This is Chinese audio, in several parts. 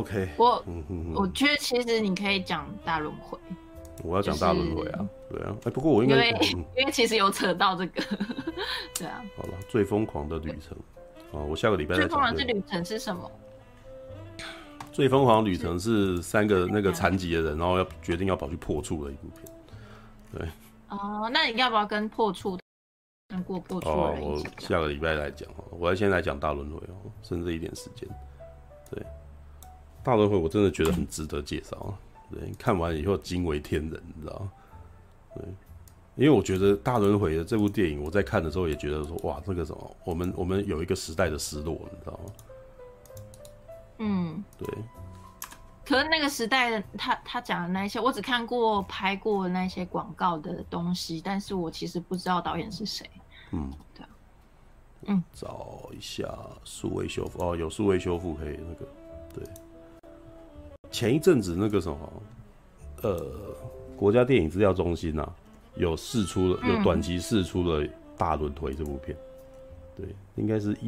OK， 我觉得其实你可以讲大轮回。 我要讲大轮回啊，对啊，不过我应该因为其实有扯到这个，对啊。 好了，最疯狂的旅程我下个礼拜再讲。 最疯狂的旅程是什么？ 最疯狂的旅程是3个那个残疾的人，然后决定要跑去破处的一部片。对。 那你要不要跟破处看过破处的人一起讲？ 我下个礼拜来讲我要先来讲大轮回剩这一点时间。对，大轮回我真的觉得很值得介绍对，看完以后惊为天人，你知道吗？对，因为我觉得大轮回的这部电影，我在看的时候也觉得说，哇，这个什么，我们有一个时代的失落，你知道吗？对。 可是那个时代的他讲的那些，我只看过拍过那些广告的东西，但是我其实不知道导演是谁。对啊。 找一下数位修复有数位修复可以那个对。前一阵子那个什么国家电影资料中心有短期释出了大轮回这部片。对，应该是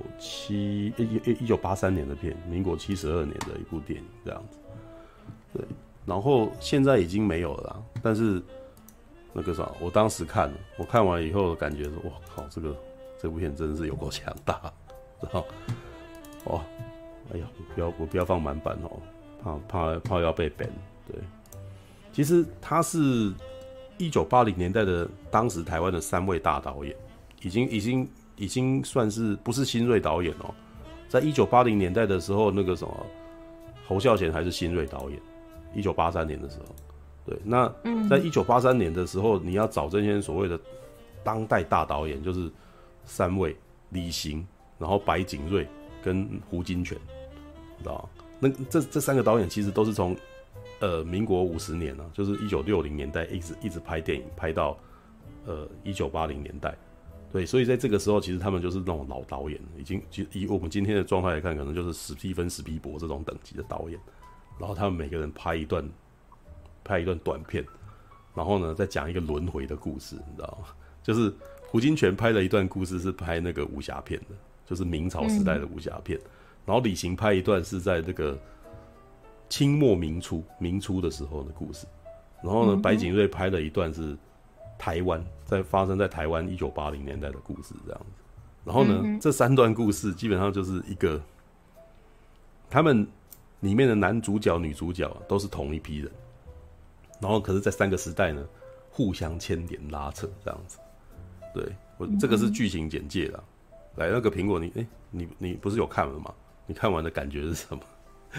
1983年的片，民国72年的一部电影这样子。对，然后现在已经没有了啦，但是那个啥，我当时我看完以后感觉说，哇靠，这部片真的是有够强大，然后哎呀，我不要放满版怕要被 ban。对，其实他是1980年代的当时台湾的3位大导演，已经算是不是新锐导演在1980年代的时候，那个什么侯孝贤还是新锐导演，1983年的时候。对，那在1983年的时候，你要找这些所谓的当代大导演，就是3位：李行，然后白景瑞跟胡金铨，知道吗？那这3个导演其实都是从民国50年就是1960年代一直拍电影，拍到1980年代。对，所以在这个时候，其实他们就是那种老导演，已经以我们今天的状态来看，可能就是史蒂芬·史皮伯这种等级的导演。然后他们每个人拍一段短片，然后呢再讲一个轮回的故事，你知道吗？就是胡金铨拍了一段故事是拍那个武侠片的，就是明朝时代的武侠片。然后李行拍一段是在这个清末明初的时候的故事。然后呢，白景瑞拍了一段是台湾发生在台湾1980年代的故事这样子。然后呢，这3段故事基本上就是一个他们里面的男主角、女主角都是同一批人，然后可是，在3个时代呢，互相牵连拉扯这样子。对，这个是剧情简介啦。来，那个苹果，你不是有看了吗？你看完的感觉是什么？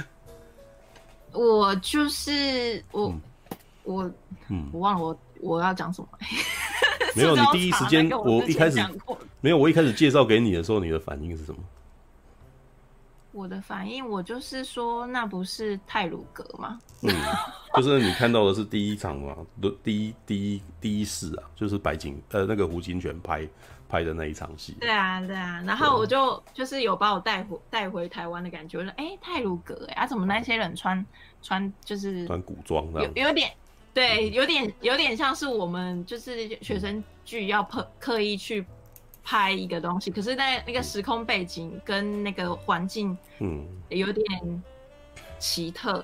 我就是我忘了我要讲什么。 没有，你第一时间我一开始没有，我一开始介绍给你的时候，你的反应是什么？ 我的反应，我就是说，那不是太鲁阁吗？ 就是你看到的是第一场嘛，第一世就是那个胡金铨拍的那一场戏。 对啊，然后我就是有把我带回台湾的感觉，我说太鲁阁怎么那些人穿就是穿古装的， 有点对，有点像是我们就是学生剧要刻意去拍一个东西，可是那个时空背景跟那个环境，有点奇特，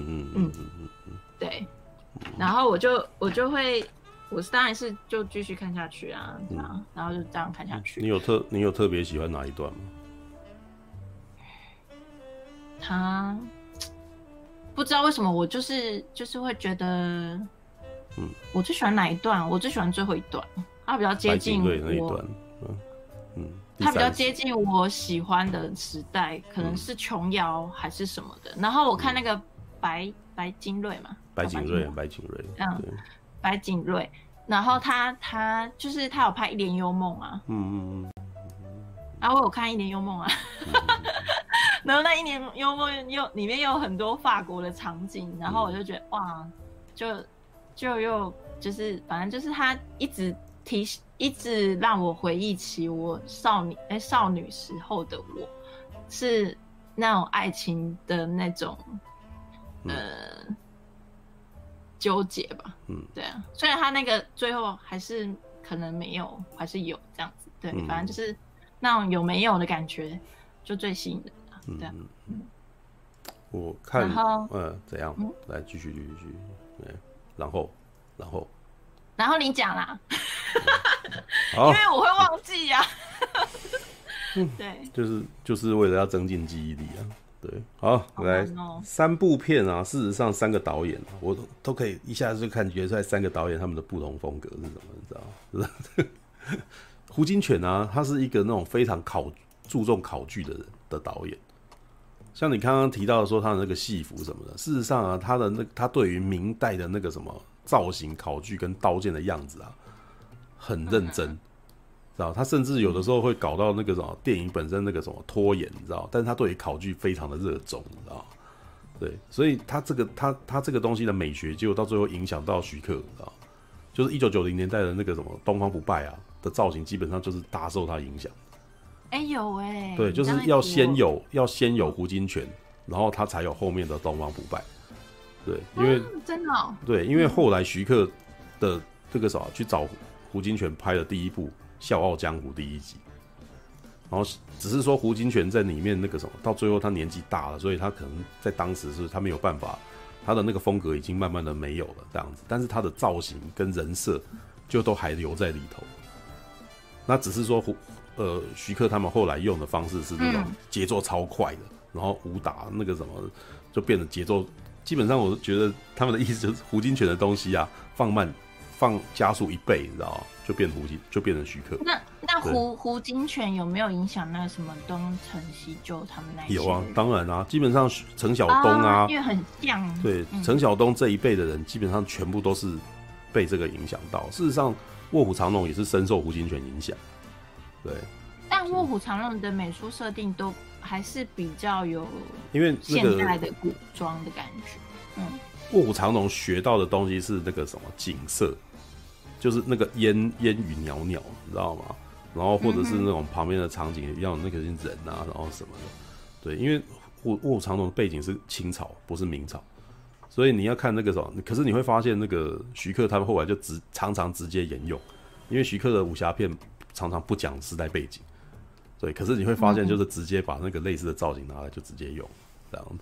对，然后我就会，我当然是就继续看下去啊，然后就这样看下去。 你有特别喜欢哪一段吗？ 他不知道为什么，我就是会觉得，我最喜欢哪一段？我最喜欢最后一段，它比较接近我那一段。 它比较接近我喜欢的时代，可能是琼瑶还是什么的。然后我看那个白金瑞嘛， 白景瑞， 白景瑞。然后他就是他有拍《一帘幽梦》啊，然后我有看《一帘幽梦》啊，然后那《一帘幽梦》里面有很多法国的场景，然后我就觉得哇，就又就是反正就是他一直让我回忆起我少女时候的我，是那种爱情的那种纠结吧。对啊，虽然他那个最后还是可能没有，还是有这样子。对，反正就是那种有没有的感觉，就最吸引人。对啊。 我看， 然后怎样？来继续，然后你讲啦， 好， 因为我会忘记呀。对， 就是为了要增进记忆力啊。对，好，来3部片啊，事实上3个导演，我都可以一下子就感觉出来3个导演他们的不同风格是什么，你知道吗？胡金铨啊，他是一个那种非常注重考据的人的导演。像你刚刚提到的说他的那个戏服什么的，事实上啊，他对于明代的那个什么造型考据跟刀剑的样子啊，很认真，知道？他甚至有的时候会搞到那个什么电影本身那个什么拖延，你知道？但是他对于考据非常的热衷，你知道？对，所以他这个东西的美学，结果到最后影响到徐克，你知道？就是1990年代的那个什么东方不败啊的造型，基本上就是大受他影响。 有对，就是要先有胡金铨，然后他才有后面的东方不败。对，因为真的对，因为后来徐克的这个去找胡金铨拍的第一部《笑傲江湖》第1集，然后只是说胡金铨在里面那个什么，到最后他年纪大了，所以他可能在当时是他没有办法，他的那个风格已经慢慢的没有了这样子，但是他的造型跟人设就都还留在里头。那只是说徐克他们后来用的方式是那种节奏超快的，然后武打那个什么就变得节奏，基本上我觉得他们的意思就是胡金铨的东西啊放慢加速1倍，你知道吗？就变成徐克。 那胡金铨有没有影响那个什么东成西就他们那一些？ 有啊，当然啊，基本上陈晓东啊， 因为很像。 对，陈晓东这一辈的人基本上全部都是被这个影响到。事实上，卧虎藏龙也是深受胡金铨影响。对， 但卧虎藏龙的美术设定都还是比较有， 因为现代的古装的感觉。 卧虎藏龙学到的东西是那个什么景色，就是那个烟雨袅袅，你知道吗？然后或者是那种旁边的场景要有那个人啊，然后什么的。对，因为卧虎藏龙的背景是清朝，不是明朝，所以你要看那个什么，可是你会发现那个徐克他们后来就常常直接沿用，因为徐克的武侠片常常不讲时代背景，对，可是你会发现就是直接把那个类似的造型拿来就直接用，这样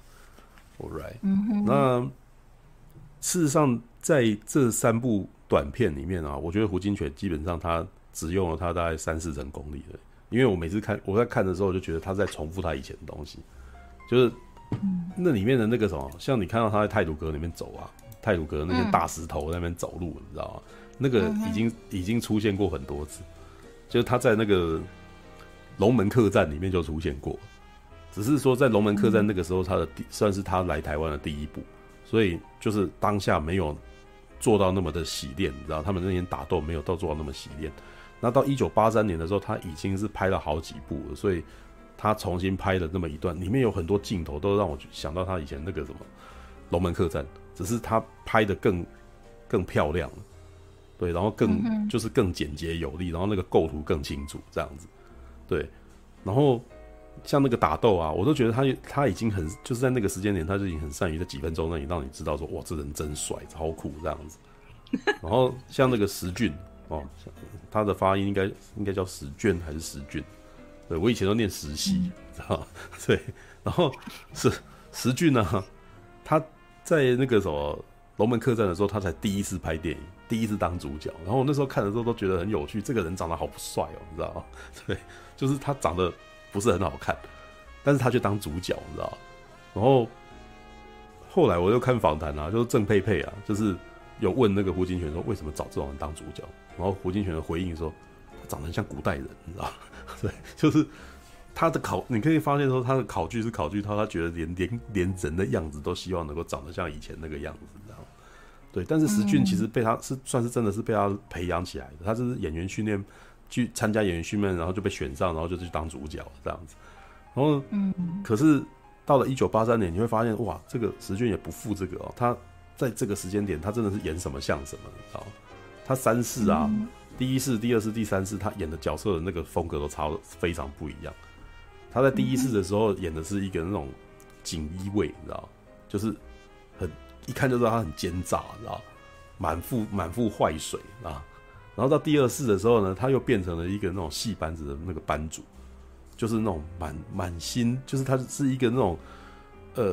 ，alright，那事实上在这3部短片里面啊，我觉得胡金铨基本上他只用了他大概3-4成功力的，因为我在看的时候就觉得他在重复他以前的东西，就是那里面的那个什么，像你看到他在太鲁阁里面走啊，太鲁阁那些大石头在那边走路，你知道吗？那个已经出现过很多次。就是他在那个龙门客栈里面就出现过，只是说在龙门客栈那个时候，算是他来台湾的第1部，所以就是当下没有做到那么的洗练，你知道，他们那天打斗没有到做到那么洗练。那到1983年的时候，他已经是拍了好几部了，所以他重新拍了那么一段，里面有很多镜头都让我想到他以前那个什么龙门客栈，只是他拍的更漂亮了。对，然后就是更简洁有力，然后那个构图更清楚，这样子。对，然后像那个打斗啊，我都觉得他已经就是在那个时间点，他就已经很善于在几分钟内让你知道说，哇，这人真帅，超酷这样子。然后像那个石俊哦，他的发音应该叫石卷还是石俊？对，我以前都念石溪，知道吗？对，然后石俊呢，他在那个什么龙门客栈的时候，他才第1次拍电影，第1次当主角。然后我那时候看的时候都觉得很有趣，这个人长得好不帅哦，你知道吗？对，就是他长得不是很好看，但是他去当主角，你知道吗？然后后来我又看访谈啊，就是郑佩佩啊，就是有问那个胡金铨说为什么找这种人当主角，然后胡金铨的回应说他长得很像古代人，你知道吗？对，就是他的你可以发现说他的考据是考据他觉得连人的样子都希望能够长得像以前那个样子，你知道吗？对，但是石俊其实被他算是真的是被他培养起来的，他是演员训练去参加演员训练，然后就被选上，然后就去当主角这样子。然后可是到了1983年，你会发现哇，这个石俊也不负这个哦，他在这个时间点，他真的是演什么像什么，你知道吗？他3世啊，第1世、第2世、第3世，他演的角色的那个风格都非常不一样。他在第1世的时候演的是一个那种锦衣卫，你知道，就是一看就知道他很奸诈，你知道，满腹坏水啊。然后到第2世的时候呢，他又变成了一个那种戏班子的那个班主，就是那种满心，就是他是一个那种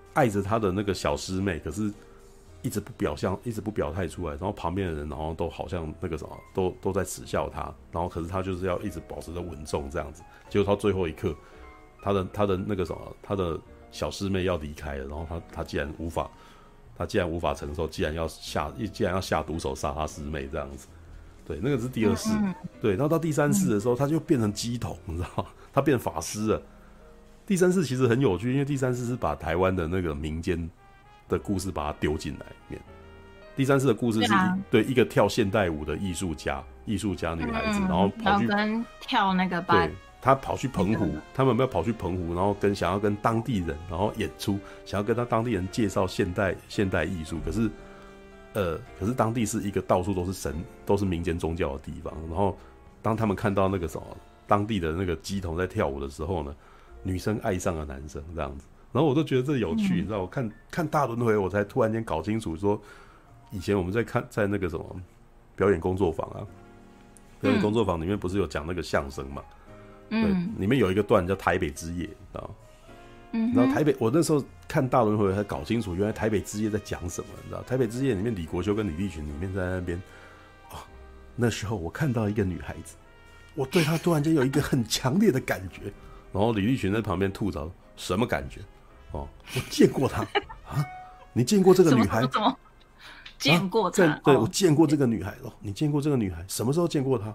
爱着他的那个小师妹，可是一直不表态出来，然后旁边的人然后都好像那个什么都在耻笑他，然后可是他就是要一直保持着稳重这样子，结果到最后一刻，他的那个什么，他的小师妹要离开了，然后他既然无法承受，既然要下毒手杀他师妹这样子，对，那个是第二世，对，然后到第三世的时候，他就变成乩童，你知道吗？他变法师了。第三世其实很有趣，因为第三世是把台湾的那个民间的故事把它丢进来里面。第三世的故事是对一个跳现代舞的艺术家女孩子，然后跑去跟跳那个对，他跑去澎湖，他们有没有跑去澎湖，然后想要跟当地人，然后演出，想要跟他当地人介绍现代艺术，可是当地是一个到处都是神，都是民间宗教的地方。然后当他们看到那个什么当地的那个乩童在跳舞的时候呢，女生爱上了男生这样子。然后我都觉得这有趣，你知道，我看大轮回，我才突然间搞清楚说，以前我们在那个什么表演工作坊啊，表演工作坊里面不是有讲那个相声嘛？对，里面有一个段叫台北之夜，知道？然后我那时候看大轮回才搞清楚，原来台北之夜在讲什么，你知道？台北之夜里面，李国修跟李立群里面在那边，那时候我看到一个女孩子，我对她突然间有一个很强烈的感觉，然后李立群在旁边吐槽什么感觉？我见过她啊，你见过这个女孩？ 怎么见过她？ 对，我见过这个女孩你见过这个女孩？什么时候见过她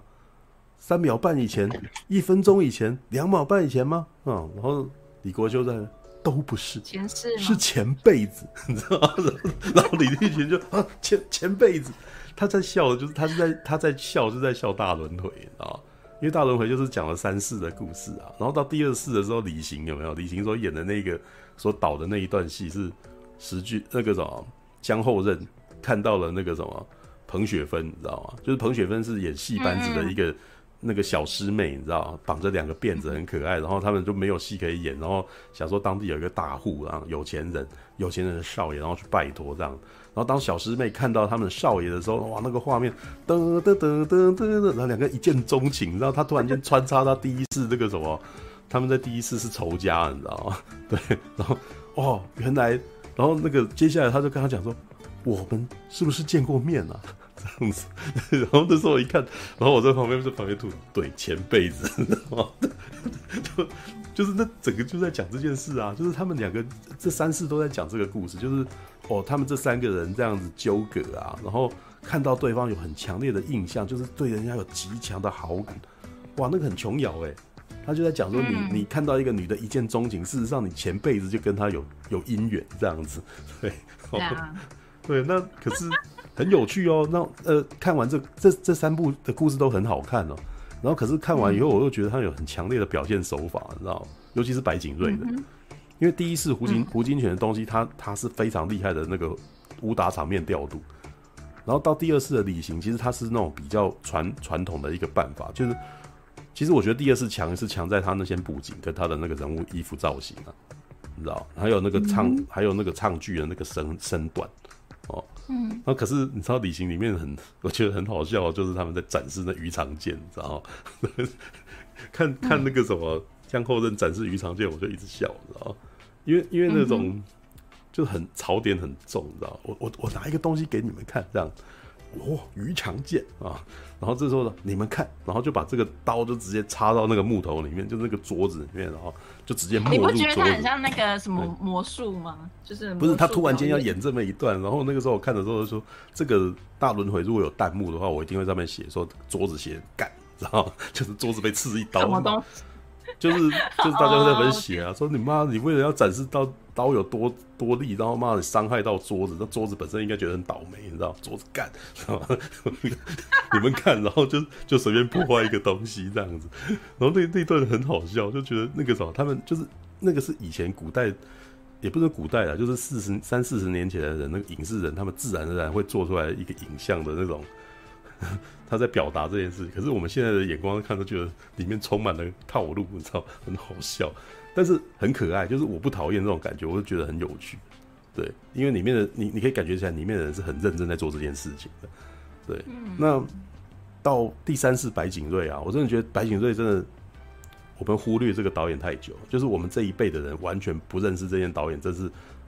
？3秒半以前，1分钟以前，2秒半以前吗？然后李国修在都不是， 前世是前辈子，你知道吗？然后李立群就前辈子，他在笑的就是他在笑，就在笑大轮回，你知道吗？因为大轮回就是讲了3世的故事啊，然后到第2世的时候，李行有没有？李行所演的那个所导的那一段戏是那个什么江后任看到了那个什么彭雪芬，你知道吗？就是彭雪芬是演戏班子的一个那个小师妹，你知道吗？绑着2个辫子很可爱，然后他们就没有戏可以演，然后想说当地有一个大户，然后有钱人的少爷，然后去拜托这样。然后当小师妹看到他们少爷的时候，哇，那个画面噔噔噔噔噔，然后2个一见钟情，然后他突然间穿插到第1世这个什么，他们在第1世是仇家，你知道吗？对，然后原来，然后那个接下来他就跟他讲说，我们是不是见过面啊？这样子，然后那时候我一看，然后我在旁边吐，对，前辈子，你知道吗？就是那整个就在讲这件事啊，就是他们2个这3世都在讲这个故事，就是他们这3个人这样子纠葛啊，然后看到对方有很强烈的印象，就是对人家有极强的好感，哇，那个很琼瑶他就在讲说你看到一个女的一见钟情，事实上你前辈子就跟她有姻缘这样子，对，对，那可是很有趣哦。那看完这3部的故事都很好看哦。然后可是看完以后，我又觉得他有很强烈的表现手法，你知道吗？尤其是白景瑞的，因为第1世胡金铨的东西，他是非常厉害的那个武打场面调度。然后到第2世的李行，其实他是那种比较传统的一个办法，就是其实我觉得第2世强在他那些布景跟他的那个人物衣服造型啊，你知道，还有那个唱剧的那个身段。那可是你知道李行里面我觉得很好笑，就是他们在展示那鱼肠剑，你知道吗？看那个什么江后任展示鱼肠剑，我就一直笑，你知道吗？因为那种就很槽点很重，你知道吗？我拿一个东西给你们看，这样，鱼肠剑啊，然后这时候呢，你们看，然后就把这个刀就直接插到那个木头里面，就是那个桌子里面，然后就直接没入桌子。 你不觉得它很像那个什么魔术吗？就是不是他突然间要演这么一段，然后那个时候我看的时候就说，这个大轮回如果有弹幕的话，我一定会上面写说桌子写干，然后就是桌子被刺一刀， 什么东西？ 就是大家都在分写啊，说你妈，你为了要展示刀有多利，然后妈的伤害到桌子，那桌子本身应该觉得很倒霉，你知道？桌子干，你们看，然后就随便破坏一个东西这样子，然后那段很好笑，就觉得那个什么，他们就是那个是以前古代，也不是古代啦，就是30-40年前的人，那个影视人，他们自然而然会做出来一个影像的那种。他在表达这件事，可是我们现在的眼光看都觉得里面充满了套路，你知道，很好笑，但是很可爱。就是我不讨厌这种感觉，我就觉得很有趣。对，因为里面的你可以感觉起来，里面的人是很认真在做这件事情的。对，那到第3世白景瑞啊，我真的觉得白景瑞真的，我们忽略这个导演太久，就是我们这一辈的人完全不认识这件导演，真是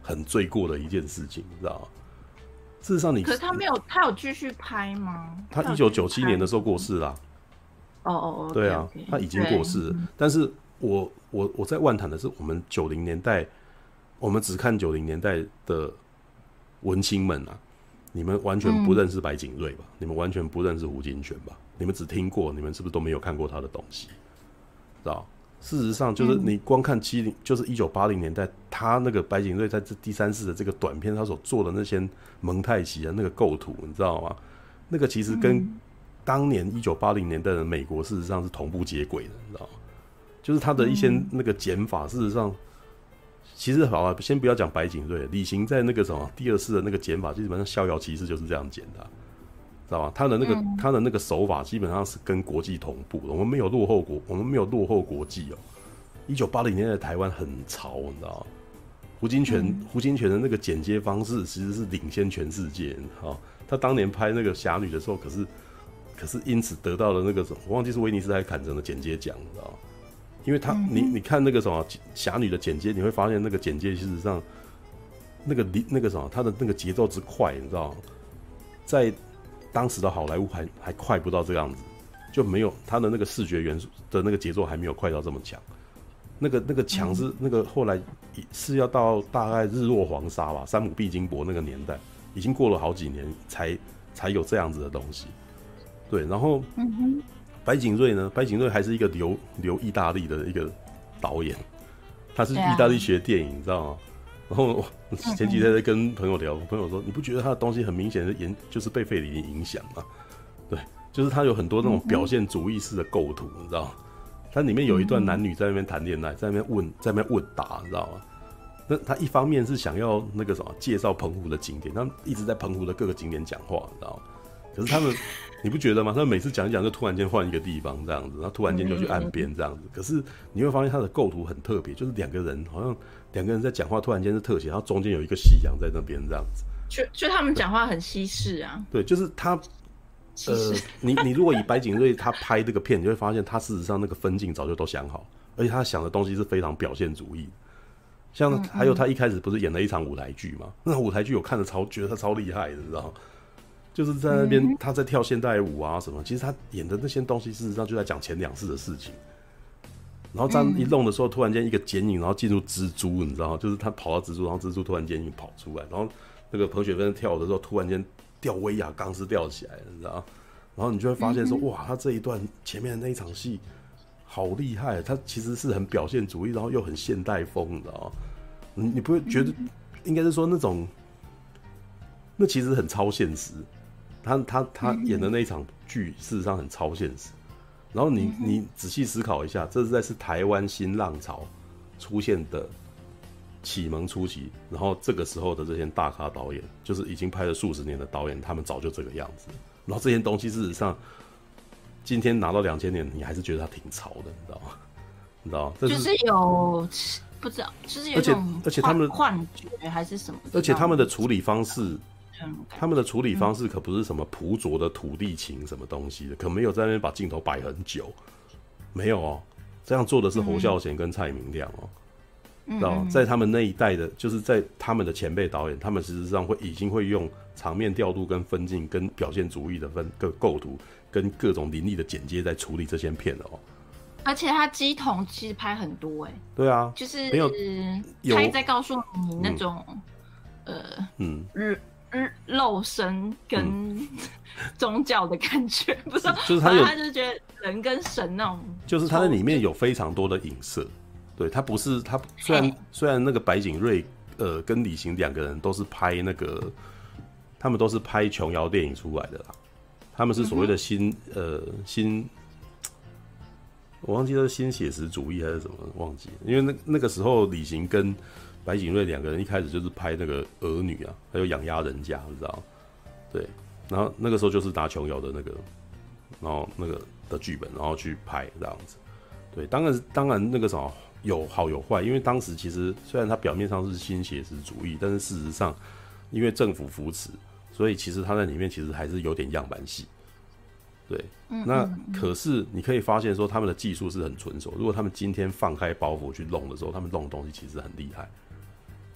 很罪过的一件事情，你知道吗？事实上可是他有继续拍吗？ 他1997年的时候过世啦。 哦， 对啊，他已经过世了。但是我在万谈的是我们90年代，我们只看90年代的文青们啊，你们完全不认识白景瑞吧？你们完全不认识胡金铨吧？你们只听过，你们是不是都没有看过他的东西？知道？事实上，就是你光看就是1980年代，他那个白景瑞在这第3世的这个短片，他所做的那些蒙太奇的那个构图，你知道吗？那个其实跟当年1980年代的美国事实上是同步接轨的，你知道吗？就是他的一些那个剪法，事实上，其实好了，先不要讲白景瑞，李行在那个什么第2世的那个剪法，基本上逍遥骑士就是这样剪的，知道吗？他的那个手法基本上是跟国际同步的，我们没有落后国际哦。1980年代的台湾很潮，你知道吗？胡金铨的那个剪接方式其实是领先全世界，他当年拍那个侠女的时候，可是因此得到了那个什么，我忘记是威尼斯还是坎城的剪接奖，你知道吗？因为你看那个什么侠女的剪接，你会发现那个剪接事实上那个什么，它的那个节奏之快，你知道吗？在当时的好莱坞还快不到这个样子，就没有它的那个视觉元素的那个节奏还没有快到这么强。那个强是那个后来是要到大概日落黄沙吧，山姆毕金伯那个年代，已经过了好几年才有这样子的东西。对，然后白景瑞呢？白景瑞还是一个留意大利的一个导演，他是意大利学电影，你知道吗？然后前几天在跟朋友聊，朋友说你不觉得他的东西很明显的就是被费里尼影响吗？对，就是他有很多那种表现主义式的构图，你知道吗？它里面有一段男女在那边谈恋爱，在那边问答，你知道吗？那他一方面是想要那个什么介绍澎湖的景点，他们一直在澎湖的各个景点讲话，你知道吗？可是他们你不觉得吗？他们每次讲一讲就突然间换一个地方这样子，然后突然间就去岸边这样子。可是你会发现他的构图很特别，就是两个人在讲话，突然间是特写，然后中间有一个夕阳在那边这样子。 就他们讲话很西式啊。 对，就是他。你如果以白景瑞他拍这个片，你会发现他事实上那个分镜早就都想好，而且他想的东西是非常表现主义。像还有他一开始不是演了一场舞台剧嘛？那场舞台剧我看着觉得他超厉害的，你知道吗？就是在那边他在跳现代舞啊什么，其实他演的那些东西事实上就在讲前2世的事情。然后这样一弄的时候，突然间一个剪影，然后进入蜘蛛，你知道吗？就是他跑到蜘蛛，然后蜘蛛突然间跑出来，然后那个彭雪芬跳的时候，突然间吊威亚钢丝吊起来了，你知道吗？然后你就会发现说，哇，他这一段前面的那一场戏好厉害，他其实是很表现主义，然后又很现代风，你知道吗？你不会觉得，应该是说那其实很超现实。他演的那一场剧，事实上很超现实。然后你仔细思考一下，这是台湾新浪潮出现的启蒙初期，然后这个时候的这些大咖导演，就是已经拍了数十年的导演，他们早就这个样子。然后这些东西事实上，今天拿到2000年，你还是觉得它挺潮的，你知道吗？你知道吗？ 就是有不知道，就是有一种而且他们幻觉还是什么？ 而且他们的处理方式。可不是什么朴拙的土地情什么东西的，可没有在那边把镜头摆很久，没有哦，这样做的是侯孝贤跟蔡明亮哦，知道吗？在他们那一代的，就是在他们的前辈导演，他们事实上已经会用场面调度跟分镜跟表现主义的构图跟各种凌厉的剪接在处理这些片了哦。 而且他机筒其实拍很多对啊， 就是没有他也在告诉你那种肉身跟宗教的感觉，不是？就是他就觉得人跟神那种， 就是他在里面有非常多的影射。对，他不是他虽然那个白景瑞跟李行两个人都是拍那个，他们都是拍琼瑶电影出来的啦。他们是所谓的新，我忘记是新写实主义还是什么，忘记了。因为那个时候李行跟白景瑞两个人一开始就是拍那个儿女啊，还有养鸭人家，你知道？对，然后那个时候就是拿琼瑶的那个，然后那个的剧本，然后去拍这样子。对，当然那个什么有好有坏，因为当时其实虽然它表面上是新写实主义，但是事实上因为政府扶持，所以其实它在里面其实还是有点样板戏。对，那可是你可以发现说他们的技术是很纯熟，如果他们今天放开包袱去弄的时候，他们弄的东西其实很厉害。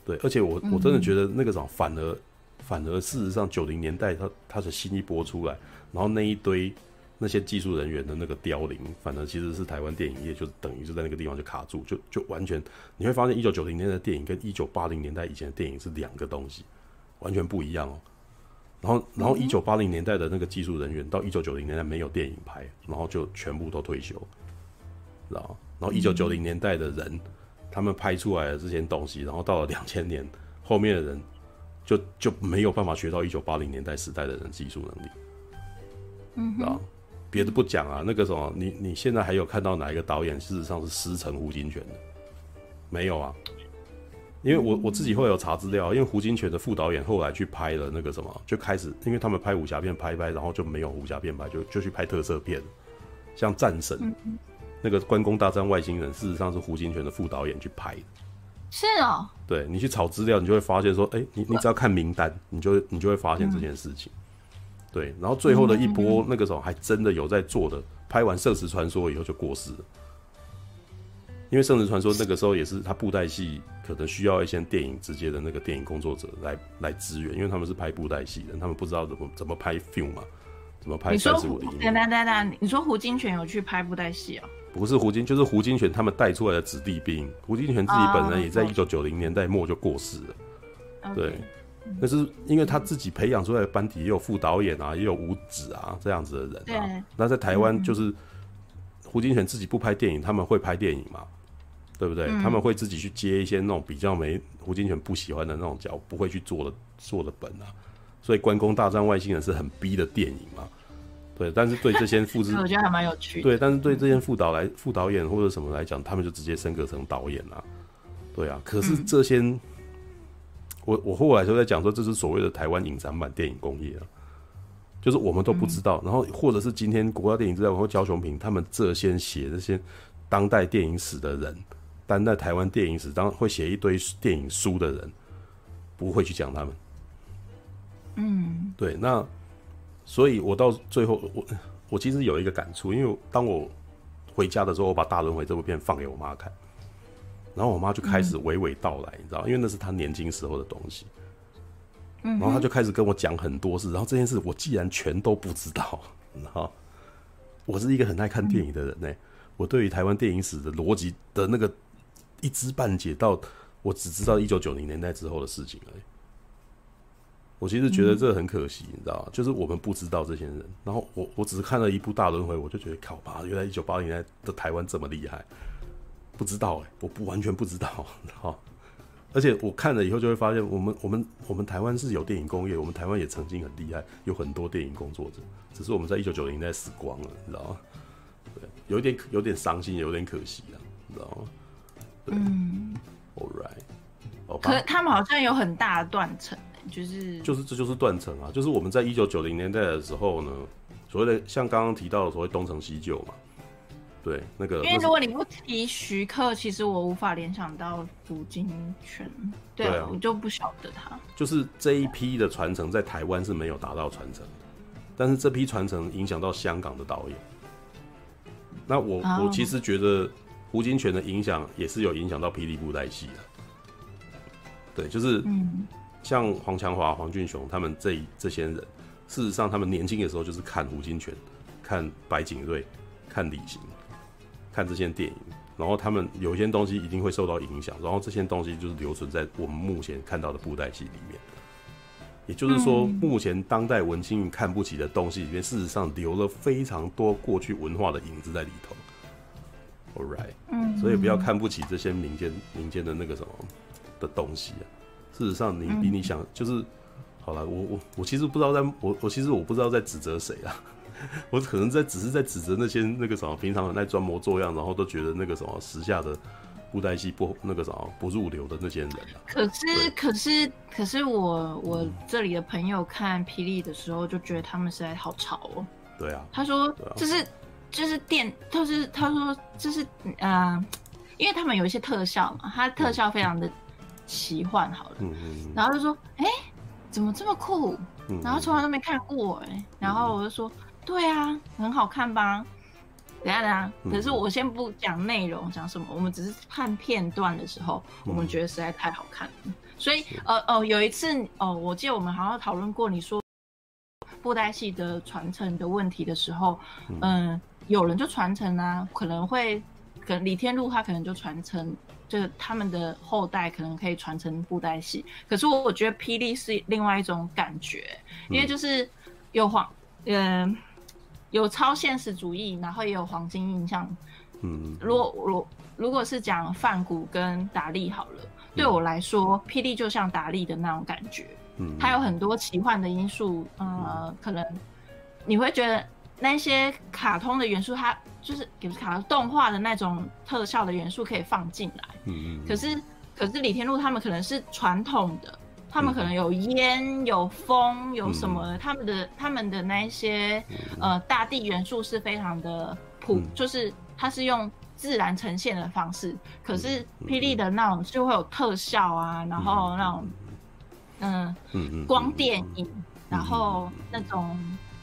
对，而且我真的觉得那个什么反而事实上90年代它的新一波出来，然后那一堆那些技术人员的那个凋零，反而其实是台湾电影业就等于就在那个地方就卡住，就完全你会发现1990年代的电影跟1980年代以前的电影是两个东西，完全不一样哦。然后1980年代的那个技术人员到1990年代没有电影拍，然后就全部都退休，知道吗？然后1990年代的人，他们拍出来的这些东西，然后到了2000年后面的人就没有办法学到1980年代时代的人技术能力，知道吗？别的不讲啊，那个什么，你现在还有看到哪一个导演事实上是师承胡金铨的？没有啊。因为我自己会有查资料，因为胡金铨的副导演后来去拍了那个什么，就开始因为他们拍武侠片拍一拍，然后就没有武侠片拍，就去拍特色片，像战神，那个关公大战外星人，事实上是胡金铨的副导演去拍的。 是哦。对， 你去查资料，你就会发现说，你只要看名单，你就会发现这件事情。对，然后最后的一波那个时候还真的有在做的，拍完《圣石传说》以后就过世了。因为《圣石传说》那个时候也是他布袋戏可能需要一些电影直接的那个电影工作者来支援，因为他们是拍布袋戏的，他们不知道怎么拍 film 嘛，怎么拍35厘米。 等，你说胡金铨有去拍布袋戏哦？ 不是就是胡金铨他们带出来的子弟兵。胡金铨自己本人也在1990年代末就过世了。对，那是因为他自己培养出来的班底也有副导演啊，也有武指啊这样子的人啊。那在台湾就是胡金铨自己不拍电影，他们会拍电影嘛？对不对？他们会自己去接一些那种比较没胡金铨不喜欢的那种角，不会去做的本啊。所以《关公大战外星人》是很逼的电影嘛。对，但是对这些副制， 我觉得还蛮有趣的。 对，但是对这些副导演或者什么来讲，他们就直接升格成导演啊。对啊，可是这些，我后来就在讲说，这是所谓的台湾影展版电影工业啊，就是我们都不知道。然后或者是今天国家电影资料馆或焦雄平他们这些写这些当代电影史的人。但在台湾电影史，当会写一堆电影书的人，不会去讲他们。对，那所以，我到最后，我其实有一个感触，因为当我回家的时候，我把《大轮回》这部片放给我妈看，然后我妈就开始娓娓道来，你知道，因为那是她年轻时候的东西，然后她就开始跟我讲很多事，然后这件事我既然全都不知道，然后我是一个很爱看电影的人我对于台湾电影史的逻辑的那个。一知半解到我只知道1990年代之后的事情而已。我其实觉得这很可惜，你知道吗？就是我们不知道这些人，然后我只是看了一部《大轮回》，我就觉得靠吧，原来1980年代的台湾这么厉害，不知道我完全不知道，而且我看了以后就会发现，我们台湾是有电影工业，我们台湾也曾经很厉害，有很多电影工作者，只是我们在1990年代死光了，你知道吗？对，有点伤心，也有点可惜啊，你知道吗？Alright， 可是他们好像有很大的断层，这就是断层啊！就是我们在1990年代的时候呢，所谓的像刚刚提到的所谓东成西就嘛，对，那个因为如果你不提徐克，其实我无法联想到胡金铨，对啊，我就不晓得他。 就是这一批的传承在台湾是没有达到传承的，但是这批传承影响到香港的导演。那我其实觉得。胡金铨的影响也是有影响到霹雳布袋戏的，对，就是像黄强华、黄俊雄他们这些人，事实上他们年轻的时候就是看胡金铨、看白景瑞、看李行、看这些电影，然后他们有一些东西一定会受到影响，然后这些东西就是留存在我们目前看到的布袋戏里面。也就是说，目前当代文青看不起的东西里面，事实上留了非常多过去文化的影子在里头。Alright， 所以不要看不起这些民间的那个什么的东西啊。事实上，你比你想就是好了。我其实不知道我不知道在指责谁啊。我可能只是在指责那些那个什么平常人在装模作样，然后都觉得那个什么时下的布袋戏不那个什么不入流的那些人啊。 可是我这里的朋友看霹雳的时候就觉得他们实在好潮哦。 对啊， 他说就是他说这是因为他们有一些特效嘛，他特效非常的奇幻，好了，然后就说怎么这么酷，然后从来都没看过然后我就说对啊，很好看吧？等一下，可是我先不讲内容，讲什么，我们只是看片段的时候，我们觉得实在太好看了， 所以有一次我记得我们好像讨论过，你说布袋戏的传承的问题的时候，有人就传承啊，可能李天禄他可能就传承，就他们的后代可能可以传承布袋戏。可是我觉得霹雳是另外一种感觉，因为就是有超现实主义，然后也有黄金印象。如果是讲梵谷跟达利好了，对我来说，霹雳就像达利的那种感觉。它有很多奇幻的因素，可能你会觉得那些卡通的元素，它就是也不是卡通动画的那种特效的元素可以放进来。可是李天禄他们可能是传统的，他们可能有烟、有风、有什么，他们的那一些大地元素是非常的就是它是用自然呈现的方式。可是霹雳的那种就会有特效啊，然后那种光电影，然后那种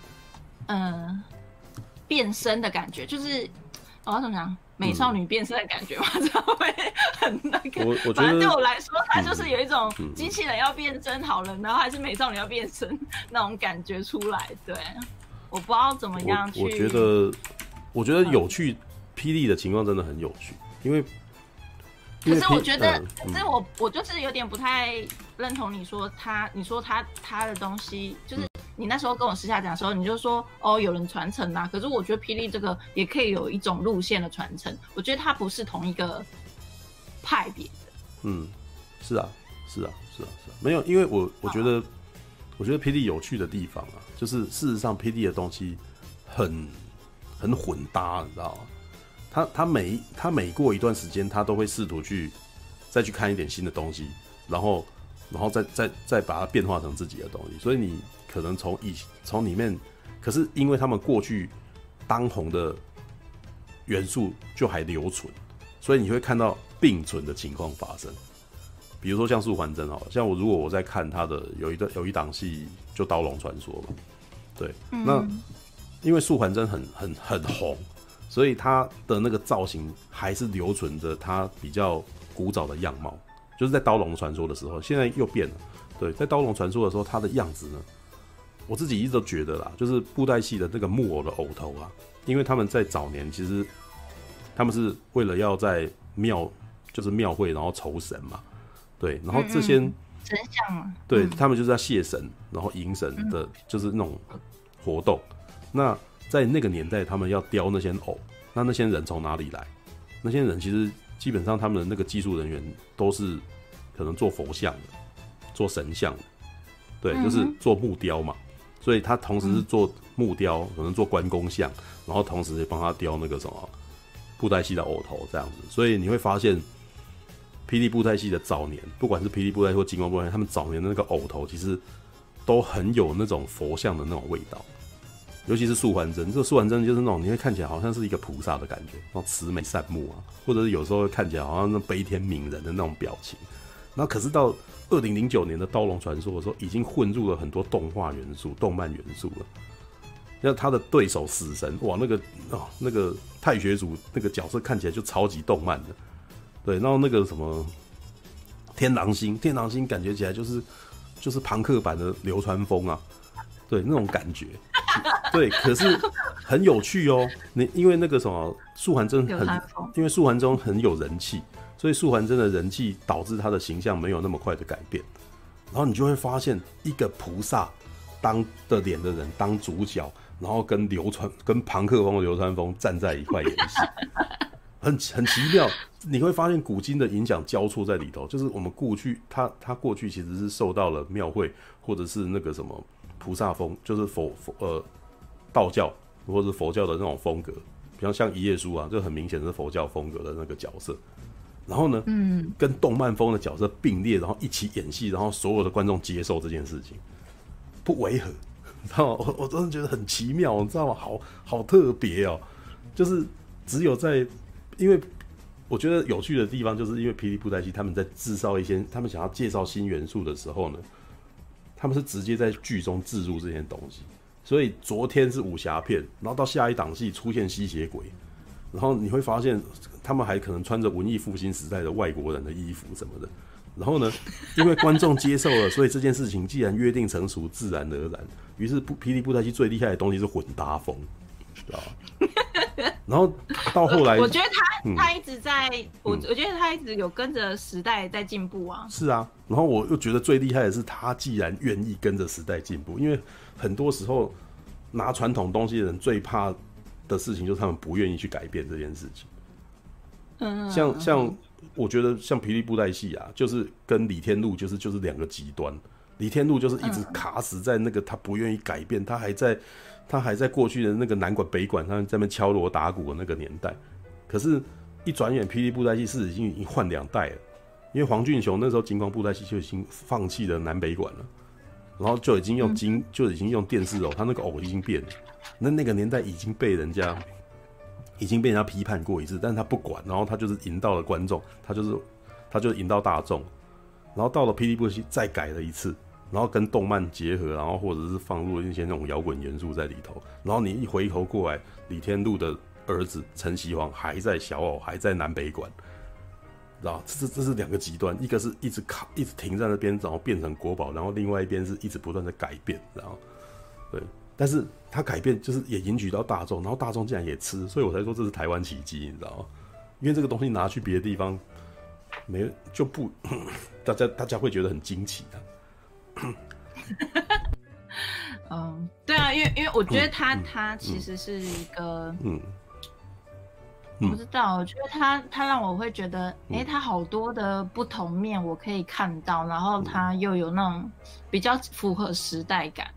变身的感觉，就是我要怎么讲，美少女变身的感觉嘛，才会很那个。 我觉得反正对我来说，它就是有一种机器人要变身好了，然后还是美少女要变身那种感觉出来。对，我不知道怎么样去。 我觉得有趣，霹雳的情况真的很有趣，因为可是我觉得，可是我就是有点不太认同你说他的东西，就是你那时候跟我私下讲的时候，你就说有人传承啊，可是我觉得霹雳这个也可以有一种路线的传承，我觉得它不是同一个派别的。 是啊，没有，因为我觉得霹雳有趣的地方啊，就是事实上霹雳的东西很混搭，你知道吗？他每过一段时间，他都会试图再去看一点新的东西，然后再把它变化成自己的东西。所以你可能从里面，可是因为他们过去当红的元素就还留存，所以你会看到并存的情况发生。比如说像素还真好了，像如果我在看他的有一档戏就《刀龙传说》嘛，对，那因为素还真很红。所以他的那个造型还是留存着他比较古早的样貌，就是在《刀龙传说》的时候，现在又变了。对，在《刀龙传说》的时候，他的样子呢，我自己一直都觉得啦，就是布袋戏的那个木偶的偶头啊，因为他们在早年其实他们是为了要在庙会然后酬神嘛，对，然后这些神像嘛， 对，他们就是要谢神，然后迎神的，就是那种活动。那在那个年代，他们要雕那些偶，那些人从哪里来？那些人其实基本上他们的那个技术人员都是可能做佛像的，做神像的，对，就是做木雕嘛。所以他同时是做木雕，可能做关公像，然后同时也帮他雕那个什么布袋戏的偶头这样子。所以你会发现，霹雳布袋戏的早年，不管是霹雳布袋或金光布袋，他们早年的那个偶头其实都很有那种佛像的那种味道。尤其是素还真，这个素还真就是那种你会看起来好像是一个菩萨的感觉，然后慈眉善目啊，或者是有时候会看起来好像那悲天悯人的那种表情。然后可是到2009年的《刀龙传说》的时候，已经混入了很多动画元素、动漫元素了。像他的对手死神，哇，那个太学祖那个角色看起来就超级动漫的，对。然后那个什么天狼星感觉起来就是朋克版的流川枫啊，对，那种感觉。对，可是很有趣哦。因为那个什么素还真因为素还真很有人气，所以素还真的人气导致他的形象没有那么快的改变。然后你就会发现，一个菩萨当的脸的人当主角，然后跟朋克风的流川枫站在一块演戏，很奇妙。你会发现古今的影响交错在里头，就是我们过去他过去其实是受到了庙会或者是那个什么菩萨风，就是道教或者佛教的那种风格，比方像一页书啊，就很明显是佛教风格的那个角色。然后呢，跟动漫风的角色并列，然后一起演戏，然后所有的观众接受这件事情，不违和，你知道吗？我真的觉得很奇妙，你知道吗？好特别哦，就是只有因为我觉得有趣的地方，就是因为霹雳布袋戏他们在制造一些，他们想要介绍新元素的时候呢，他们是直接在剧中置入这些东西。所以昨天是武侠片，然后到下一档戏出现吸血鬼，然后你会发现他们还可能穿着文艺复兴时代的外国人的衣服什么的， 然后呢，因为观众接受了，所以这件事情既然约定成熟，自然而然。于是霹雳布袋戏最厉害的东西是混搭风，知道吧？然后到后来， 我觉得他一直在，我觉得他一直有跟着时代在进步啊。 是啊，然后我又觉得最厉害的是他既然愿意跟着时代进步，因为很多时候拿传统东西的人最怕的事情就是他们不愿意去改变这件事情。像我觉得像霹雳布袋戏啊，就是跟李天禄就是两个极端。李天禄就是一直卡死在那个他不愿意改变，他还在过去的那个南馆北馆上在那边敲锣打鼓的那个年代。可是，一转眼霹雳布袋戏是已经换2代了，因为黄俊雄那时候金光布袋戏就已经放弃了南北馆了，然后就已经用电视偶，他那个偶已经变了。那个年代已经被人家批判过一次，但是他不管，然后他就是引到了观众，他就是引到大众，然后到了霹雳布袋戏再改了一次，然后跟动漫结合，然后或者是放入一些那种摇滚元素在里头，然后你一回头过来，李天禄的儿子陈锡煌还在小偶，还在南北馆，然后这是2个极端，一个是一直停在那边，然后变成国宝，然后另外一边是一直不断的改变，然后对。但是他改变就是也引起到大众，然后大众竟然也吃，所以我才说这是台湾奇迹，你知道吗？因为这个东西拿去别的地方，就不，大家会觉得很惊奇的。 对啊，因为我觉得他其实是一个，我不知道，我觉得他让我会觉得，他好多的不同面我可以看到，然后他又有那种比较符合时代感。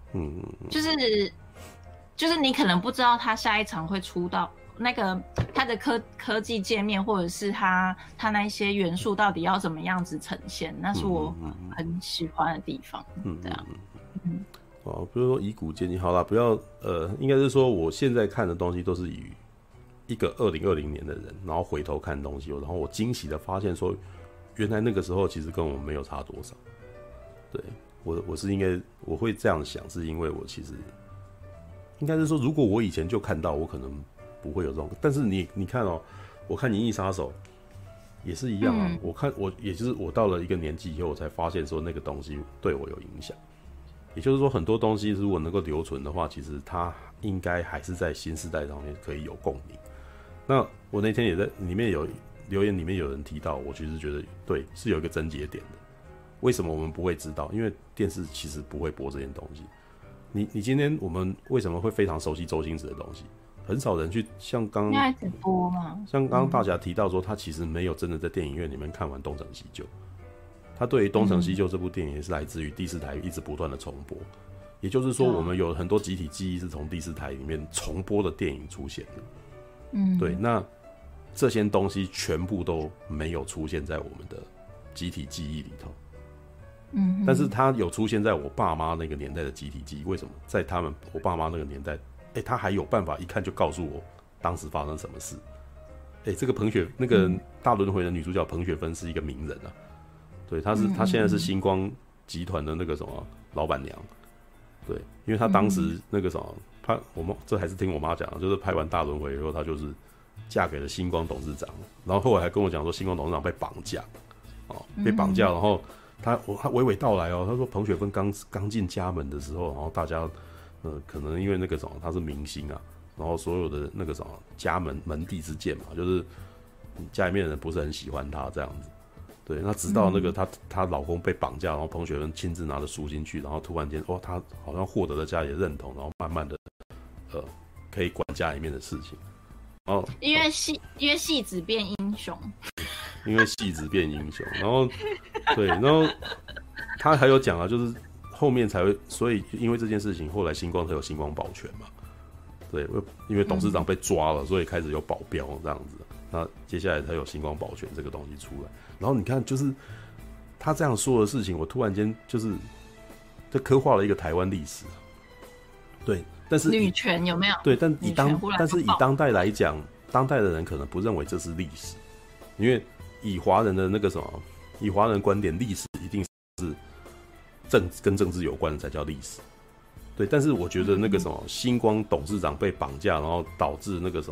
就是你可能不知道他下一场会出到那个他的科技界面，或者是他那一些元素到底要怎么样子呈现，那是我很喜欢的地方。这样， 比如说以古鉴今，好啦，不要应该是说我现在看的东西都是以一个2020年的人，然后回头看东西，然后我惊喜的发现说，原来那个时候其实跟我们没有差多少，对。我是应该我会这样想，是因为我其实应该是说，如果我以前就看到，我可能不会有这种。但是你看哦，我看《银翼杀手》也是一样啊。也就是我到了一个年纪以后，我才发现说那个东西对我有影响。也就是说，很多东西如果能够留存的话，其实它应该还是在新时代上面可以有共鸣。那我那天也在里面有留言，里面有人提到，我其实觉得对，是有一个症结点的。为什么我们不会知道？因为电视其实不会播这件东西。你今天我们为什么会非常熟悉周星驰的东西？很少人去像刚刚直播嘛， 像刚刚大家提到说，他其实没有真的在电影院里面看完《东成西就》。他对于《东成西就》这部电影也是来自于第4台一直不断的重播。也就是说，我们有很多集体记忆是从第4台里面重播的电影出现的。对，那这些东西全部都没有出现在我们的集体记忆里头。但是它有出现在我爸妈那个年代的集体记忆。为什么？在我爸妈那个年代，他还有办法一看就告诉我当时发生什么事。这个那个大轮回的女主角彭雪芬是一个名人啊。对，她现在是星光集团的那个什么老板娘。对，因为她当时那个什么，这还是听我妈讲的，就是拍完大轮回以后，她就是嫁给了星光董事长，然后后来还跟我讲说，星光董事长被绑架，被绑架，然后。他娓娓道来哦，他说彭雪芬刚进家门的时候，然后大家可能因为那个什么他是明星啊，然后所有的那个什么家门第之见嘛，就是家里面的人不是很喜欢他这样子。对，那直到那个她老公被绑架，然后彭雪芬亲自拿着赎金去，然后突然间她好像获得了家里的认同，然后慢慢的可以管家里面的事情。 因为戏子变英雄。 因为戏子变英雄，然后对，然后他还有讲啊，就是后面才会，所以因为这件事情，后来星光才有星光保全嘛，对，因为董事长被抓了，所以开始有保镖这样子，那接下来才有星光保全这个东西出来。然后你看，就是他这样说的事情，我突然间就是这刻画了一个台湾历史，对，但是女权有没有？ 对，但是以当代来讲，当代的人可能不认为这是历史，因为以华人的那个什么，以华人观点，历史一定是跟政治有关的才叫历史。对，但是我觉得那个什么星光董事长被绑架，然后导致那个什么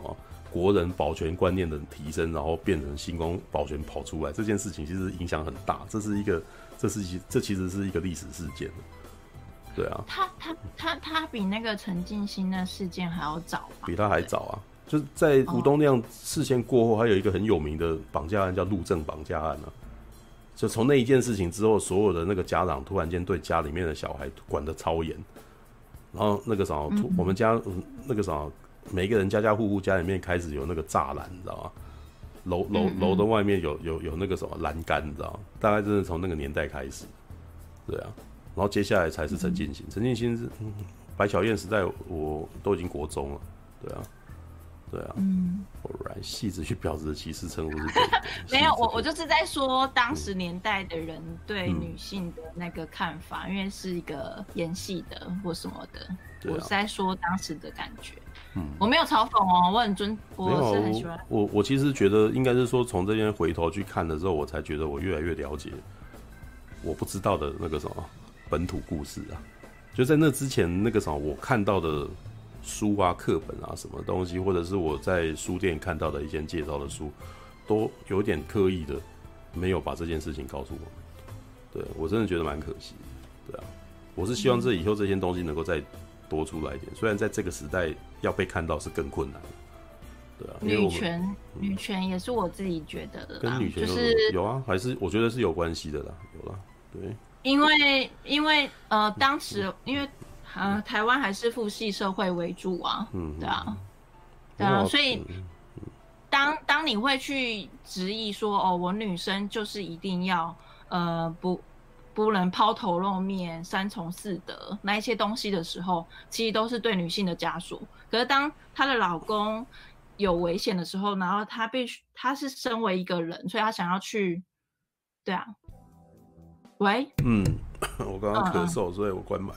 国人保全观念的提升，然后变成星光保全跑出来这件事情，其实影响很大。这其实是一个历史事件。对啊， 他比那个陈进兴的事件还要早吧？ 比他还早啊！就是在吴东亮事件过后，还有一个很有名的绑架案叫陆政绑架案啊。就从那一件事情之后，所有的那个家长突然间对家里面的小孩管得超严，然后那个啥，我们家那个啥，每一个人家户户家里面开始有那个栅栏，你知道吗？楼的外面有那个什么栏杆，你知道吗？大概真的从那个年代开始，对啊。然后接下来才是陈进兴，陈进兴是白小燕时代，我都已经国中了，对啊。对啊，果然戏子与婊子的歧视称呼是没有，我就是在说当时年代的人对女性的那个看法，因为是一个演戏的或什么的，我是在说当时的感觉。我没有嘲讽哦，我是很喜欢。 我其实觉得应该是说，从这边回头去看的时候，我才觉得我越来越了解我不知道的那个什么本土故事啊。就在那之前，那个什么我看到的书啊、课本啊什么东西，或者是我在书店看到的一些介绍的书，都有点刻意的没有把这件事情告诉我们。对，我真的觉得蛮可惜的。对啊，我是希望以后这些东西能够再多出来一点，虽然在这个时代要被看到是更困难的。对啊， 女权也是我自己觉得的啦， 跟女权有啊，还是我觉得是有关系的啦，有啦，对。 因为当时因为台湾还是父系社会为主啊，对啊，所以当你会去质疑说我女生就是一定要不能抛头露面、三从四德那一些东西的时候，其实都是对女性的枷锁。可是当她的老公有危险的时候，然后她是身为一个人，所以她想要去，对啊，喂， 我刚刚咳嗽，所以我关麦。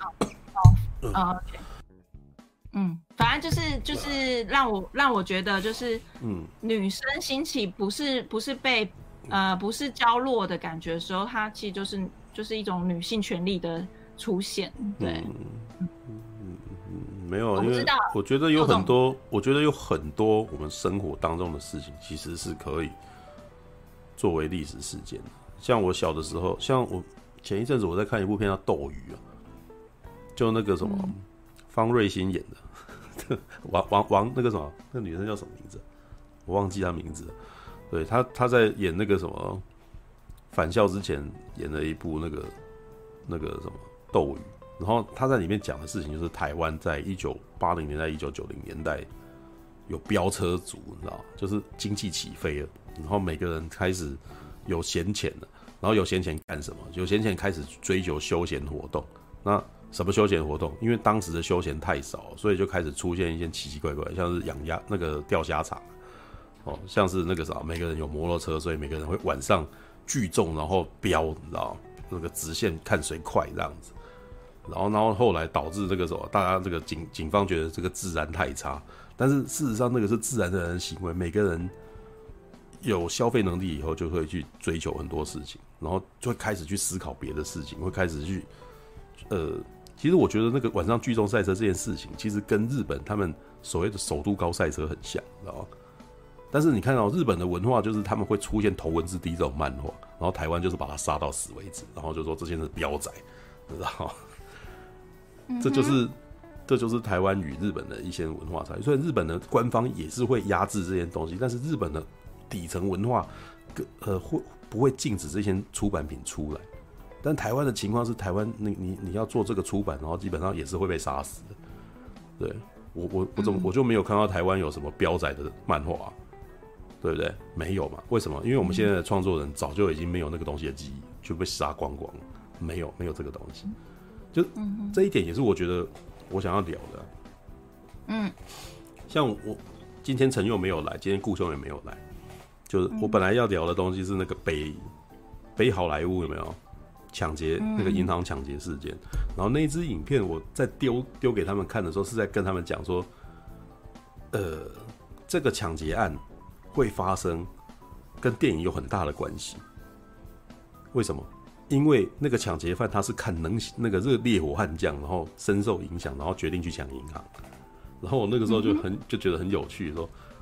OK， 反正就是让我觉得就是女生兴起不是被不是娇弱的感觉的时候，它其实就是一种女性权利的出现，对。 没有，因为我觉得有很多我们生活当中的事情，其实是可以作为历史事件的。像我小的时候，像我前一阵子我在看一部片叫《斗鱼》啊，就那个什么方瑞欣演的，王那个什么那个女生叫什么名字？我忘记她名字了。对，她在演那个什么返校之前演了一部那个什么《斗鱼》。然后他在里面讲的事情就是台湾在1980年代、1990年代有飙车族，你知道吗？就是经济起飞了，然后每个人开始有闲钱了，然后有闲钱干什么？有闲钱开始追求休闲活动。那什么休闲活动？因为当时的休闲太少，所以就开始出现一些奇奇怪怪，像是养鸭那个钓虾场，像是那个啥，每个人有摩托车，所以每个人会晚上聚众然后飙，你知道吗？那个直线看谁快这样子。然后后来导致这个什么，大家这个警方觉得这个治安太差，但是事实上那个是自然的人的行为，每个人有消费能力以后就会去追求很多事情，然后就会开始去思考别的事情，会开始去其实我觉得那个晚上聚众赛车这件事情，其实跟日本他们所谓的首都高赛车很像，知道吗？但是你看到日本的文化就是他们会出现头文字 D 这种漫画，然后台湾就是把它杀到死为止，然后就说这些是标仔，你知道吗？这就是台湾与日本的一些文化差异。所以日本的官方也是会压制这些东西，但是日本的底层文化不会禁止这些出版品出来。但台湾的情况是，台湾你要做这个出版，然后基本上也是会被杀死的。对，我就没有看到台湾有什么标仔的漫画，对不对？没有嘛？为什么？因为我们现在的创作人早就已经没有那个东西的记忆，就被杀光光了，没有这个东西。就这一点也是我觉得我想要聊的。像我今天陈佑没有来，今天顾兄也没有来，就是我本来要聊的东西是那个北好莱坞有没有抢劫那个银行抢劫事件，然后那一支影片我在丢给他们看的时候，是在跟他们讲说，这个抢劫案会发生，跟电影有很大的关系。为什么？因为那个抢劫犯他是看那个烈火悍将，然后深受影响，然后决定去抢银行。然后我那个时候就觉得很有趣，说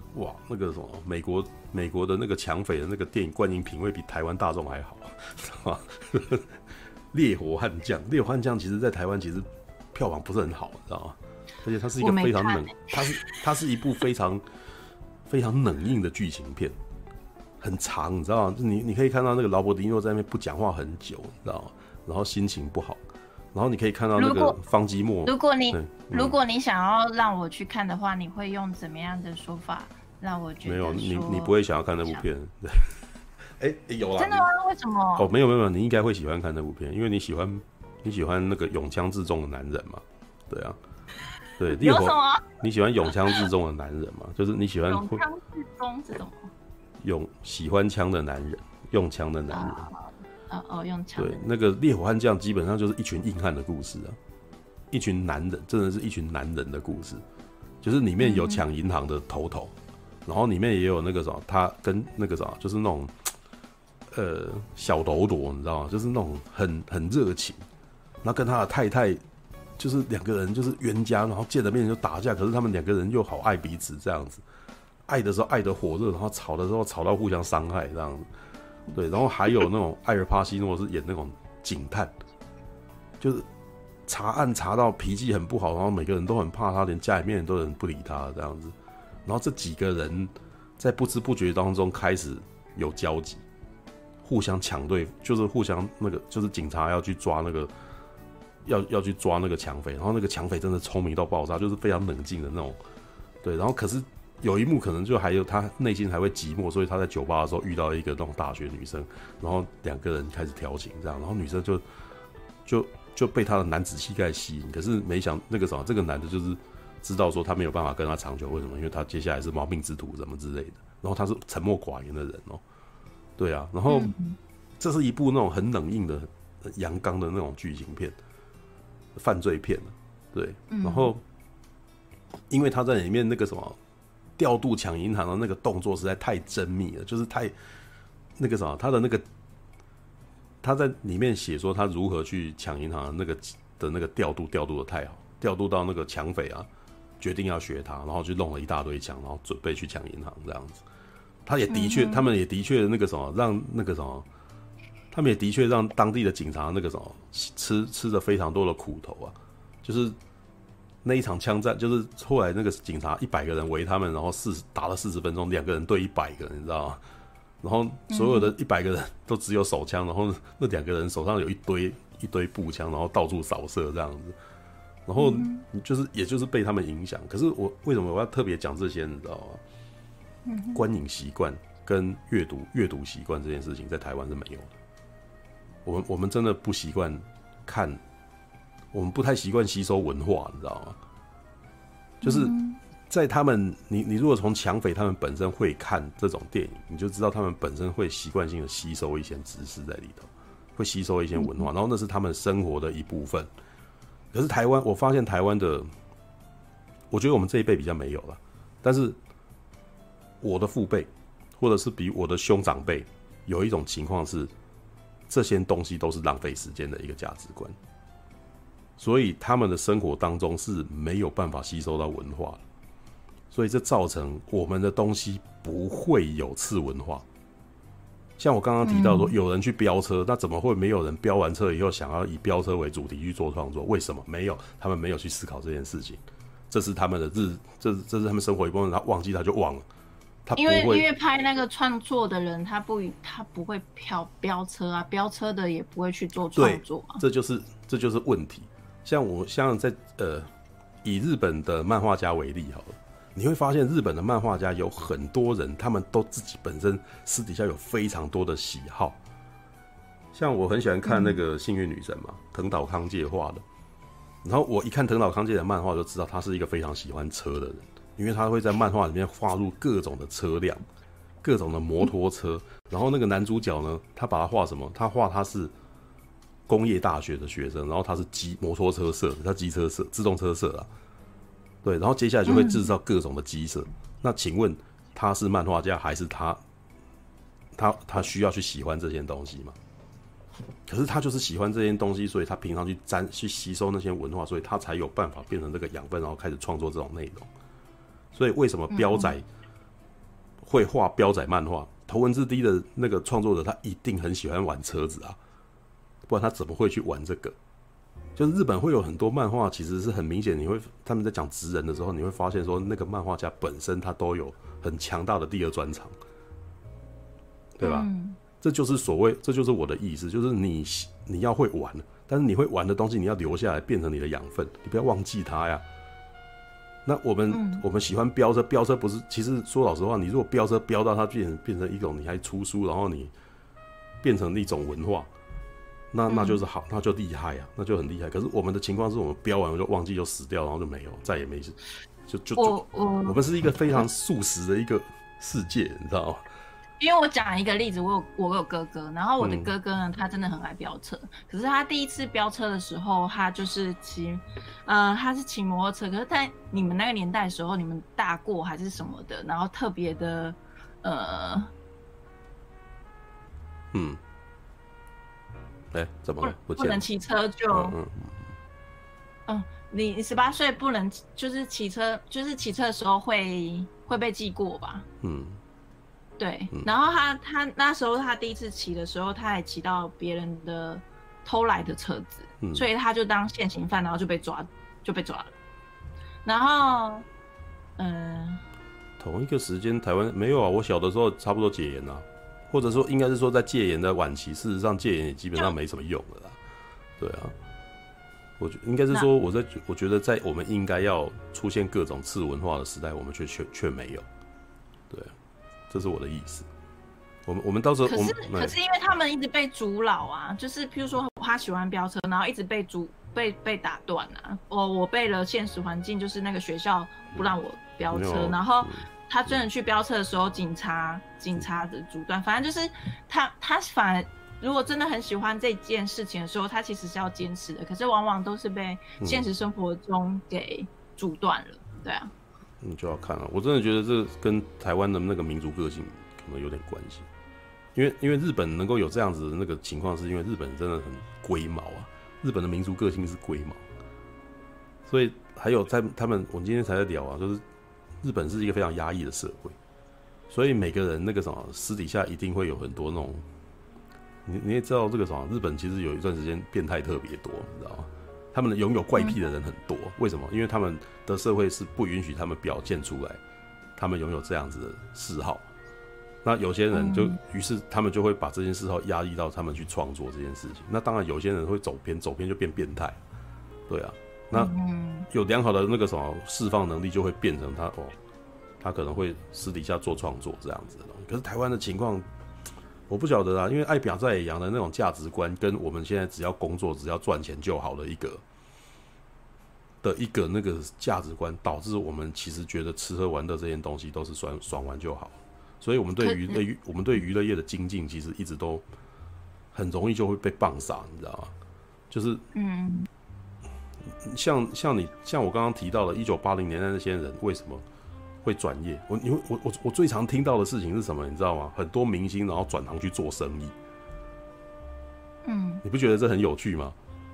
哇，那个什么美国的那个抢匪的那个电影观影品味比台湾大众还好，知道吗？烈火悍将，烈火悍将其实在台湾其实票房不是很好，知道吗？而且它是一个非常冷，它是一部非常非常冷硬的剧情片，很长，你知道吗？你可以看到那个劳勃迪尼洛在那边不讲话很久，你知道吗？然后心情不好，然后你可以看到那个方基墨。 如果你想要让我去看的话，你会用怎么样的说法让我觉得？没有， 你不会想要看那部片。有啦。 真的吗？为什么？ 哦，没有，你应该会喜欢看那部片，因为你喜欢那个拥枪自重的男人嘛，对啊。对， 有什么？ 你喜欢拥枪自重的男人嘛？就是你喜欢拥枪自重是什么？ 喜欢枪的男人，用枪的男人。 用枪。 对，那个烈火悍将基本上就是一群硬汉的故事啊，一群男人，真的是一群男人的故事。就是里面有抢银行的头，然后里面也有那个什么，他跟那个啥，就是那种小抖朵，你知道吗？就是那种很热情，然后跟他的太太。就是两个人就是冤家，然后见了面就打架，可是他们两个人又好爱彼此这样子，爱的时候爱得火热，然后吵的时候吵到互相伤害这样子，对，然后还有那种艾尔帕西诺是演那种警探，就是查案查到脾气很不好，然后每个人都很怕他，连家里面人都很不理他这样子，然后这几个人在不知不觉当中开始有交集，互相抢对，就是互相那个就是警察要去抓那个。要去抓那个抢匪，然后那个抢匪真的聪明到爆炸，就是非常冷静的那种，对。然后可是有一幕可能就还有他内心还会寂寞，所以他在酒吧的时候遇到一个那种大学女生，然后两个人开始调情这样，然后女生就被他的男子气概吸引，可是没想那个什么，这个男的就是知道说他没有办法跟他长久，为什么？因为他接下来是亡命之徒什么之类的，然后他是沉默寡言的人哦，对啊，然后这是一部那种很冷硬的阳刚的那种剧情片。犯罪片，对，然后因为他在里面那个什么调度抢银行的那个动作实在太缜密了，就是太那个什么，他的那个他在里面写说他如何去抢银行的那个调度的太好，调度到那个抢匪啊决定要学他，然后就弄了一大堆枪，然后准备去抢银行这样子。他们也的确那个什么让那个什么。他们也的确让当地的警察那个什么吃了非常多的苦头啊，就是那一场枪战，就是后来那个警察100个人围他们，然后打了40分钟，2个人对100个，你知道吗？然后所有的100个人都只有手枪，然后那2个人手上有一堆步枪，然后到处扫射这样子，然后也就是被他们影响。可是为什么我要特别讲这些，你知道吗？观影习惯跟阅读习惯这件事情在台湾是没有的。我们真的不习惯看，我们不太习惯吸收文化，你知道吗？就是在他们，你如果从抢匪他们本身会看这种电影，你就知道他们本身会习惯性的吸收一些知识在里头，会吸收一些文化，然后那是他们生活的一部分。可是台湾，我发现台湾的，我觉得我们这一辈比较没有了，但是我的父辈或者是比我的兄长辈，有一种情况是。这些东西都是浪费时间的一个价值观，所以他们的生活当中是没有办法吸收到文化的，所以这造成我们的东西不会有次文化。像我刚刚提到说，有人去飙车，那怎么会没有人飙完车以后想要以飙车为主题去做创作？为什么没有？他们没有去思考这件事情，这是他们的这是他们生活一部分，他忘记他就忘了。 因为拍那个创作的人，他不会飙车啊，飙车的也不会去做创作啊。 这就是问题。像在以日本的漫画家为例好了，你会发现日本的漫画家有很多人，他们都自己本身私底下有非常多的喜好。像我很喜欢看那个《幸运女神》嘛，藤岛康介画的。然后我一看藤岛康介的漫画，就知道他是一个非常喜欢车的人。因为他会在漫画里面画入各种的车辆，各种的摩托车，然后那个男主角呢，他把他画什么？他画他是工业大学的学生，然后他是摩托车社，他机车社、自动车社啊，对，然后接下来就会制造各种的机社。那请问他是漫画家，还是他需要去喜欢这些东西吗？可是他就是喜欢这些东西，所以他平常去吸收那些文化，所以他才有办法变成这个养分，然后开始创作这种内容。所以为什么会画标仔漫画，头文字 D 的那个创作者，他一定很喜欢玩车子啊，不然他怎么会去玩这个？就是日本会有很多漫画，其实是很明显，他们在讲职人的时候，你会发现说那个漫画家本身他都有很强大的第二专长，对吧？这就是这就是我的意思，就是你要会玩，但是你会玩的东西你要留下来变成你的养分，你不要忘记它呀。那我们喜欢飙车，飙车不是，其实说老实话，你如果飙车飙到它变成一种你还出书，然后你变成一种文化。那就是好，那就厉害呀，那就很厉害。可是我们的情况是我们标完就忘记就死掉，然后就没有，再也没事。我们是一个非常速食的一个世界，你知道吗？ 因为我讲一个例子，我有哥哥，然后我的哥哥呢，他真的很爱飙车。可是他第一次飙车的时候，他就是他是骑摩托车。可是在你们那个年代的时候，你们大过还是什么的，然后特别的怎么了？ 不能骑车就你18岁不能就是骑车，就是骑车的时候会被记过吧？对。然后他那时候他第一次骑的时候，他还骑到别人的偷来的车子，所以他就当现行犯，然后就被抓了。然后同一个时间台湾没有啊，我小的时候差不多戒严啊。或者说，应该是说，在戒严的晚期，事实上戒严也基本上没什么用了啦。对啊，应该是说，我觉得在我们应该要出现各种次文化的时代，我们却没有。对，这是我的意思。我们到时候可是因为他们一直被阻扰啊，就是譬如说他喜欢飙车，然后一直被打断啊。我背了现实环境，就是那个学校不让我飙车，然后。他真的去飙车的时候，警察的阻断，反正就是他反而如果真的很喜欢这件事情的时候，他其实是要坚持的，可是往往都是被现实生活中给阻断了，对啊。 就要看了，我真的觉得这跟台湾的那个民族个性可能有点关系，因为日本能够有这样子的那个情况，是因为日本真的很龟毛啊，日本的民族个性是龟毛，所以还有在我们今天才在聊啊，就是。日本是一个非常压抑的社会，所以每个人那个什么私底下一定会有很多那种，你也知道这个什么，日本其实有一段时间变态特别多，你知道吗？他们拥有怪癖的人很多，为什么？因为他们的社会是不允许他们表现出来，他们拥有这样子的嗜好。那有些人于是他们就会把这件嗜好压抑到他们去创作这件事情。那当然有些人会走偏就变变态，对啊。那有良好的那个什么释放能力，就会变成他可能会私底下做创作这样子的东西。可是台湾的情况，我不晓得啊，因为爱表在野洋的那种价值观，跟我们现在只要工作、只要赚钱就好的一个那个价值观，导致我们其实觉得吃喝玩乐这件东西都是爽玩就好。所以我们对娱乐业的精进，其实一直都很容易就会被棒杀，你知道吗？就是像我刚刚提到的1980年代那些人为什么会转业？我最常听到的事情是什么？你知道吗？很多明星然后转行去做生意。你不觉得这很有趣吗？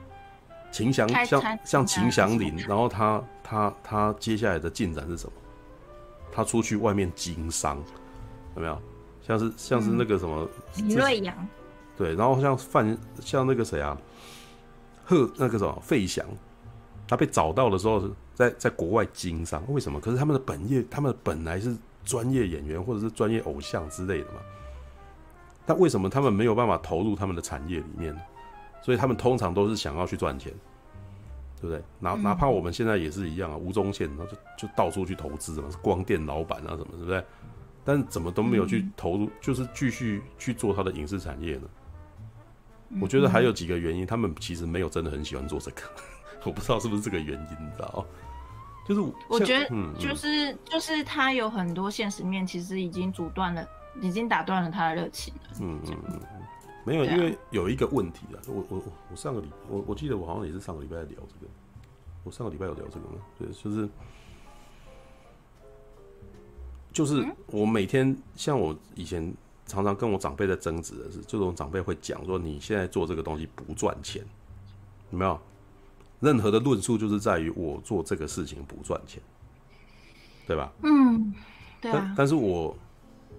像秦祥林，然后他接下来的进展是什么？他出去外面经商，有没有？像是那个什么李瑞阳， 对，然后像那个谁啊，那个什么费翔。他被找到的时候，在国外经商，为什么？可是他们的本来是专业演员或者是专业偶像之类的嘛。但为什么他们没有办法投入他们的产业里面呢？所以他们通常都是想要去赚钱，对不对？哪怕我们现在也是一样啊，吴宗宪就到处去投资嘛，是光电老板啊什么，对不对？但怎么都没有去投入，就是继续去做他的影视产业呢？我觉得还有几个原因，他们其实没有真的很喜欢做这个。我不知道是不是这个原因，你知道？就是我觉得，就是他有很多现实面，其实已经打断了他的热情了。 没有，因为有一个问题啊，我上个我记得我好像也是上个礼拜在聊这个，我上个礼拜有聊这个吗？对，就是我每天像我以前常常跟我长辈在争执的是，这种长辈会讲说，你现在做这个东西不赚钱，有没有？任何的论述就是在于我做这个事情不赚钱，对吧？ 对啊。 但是我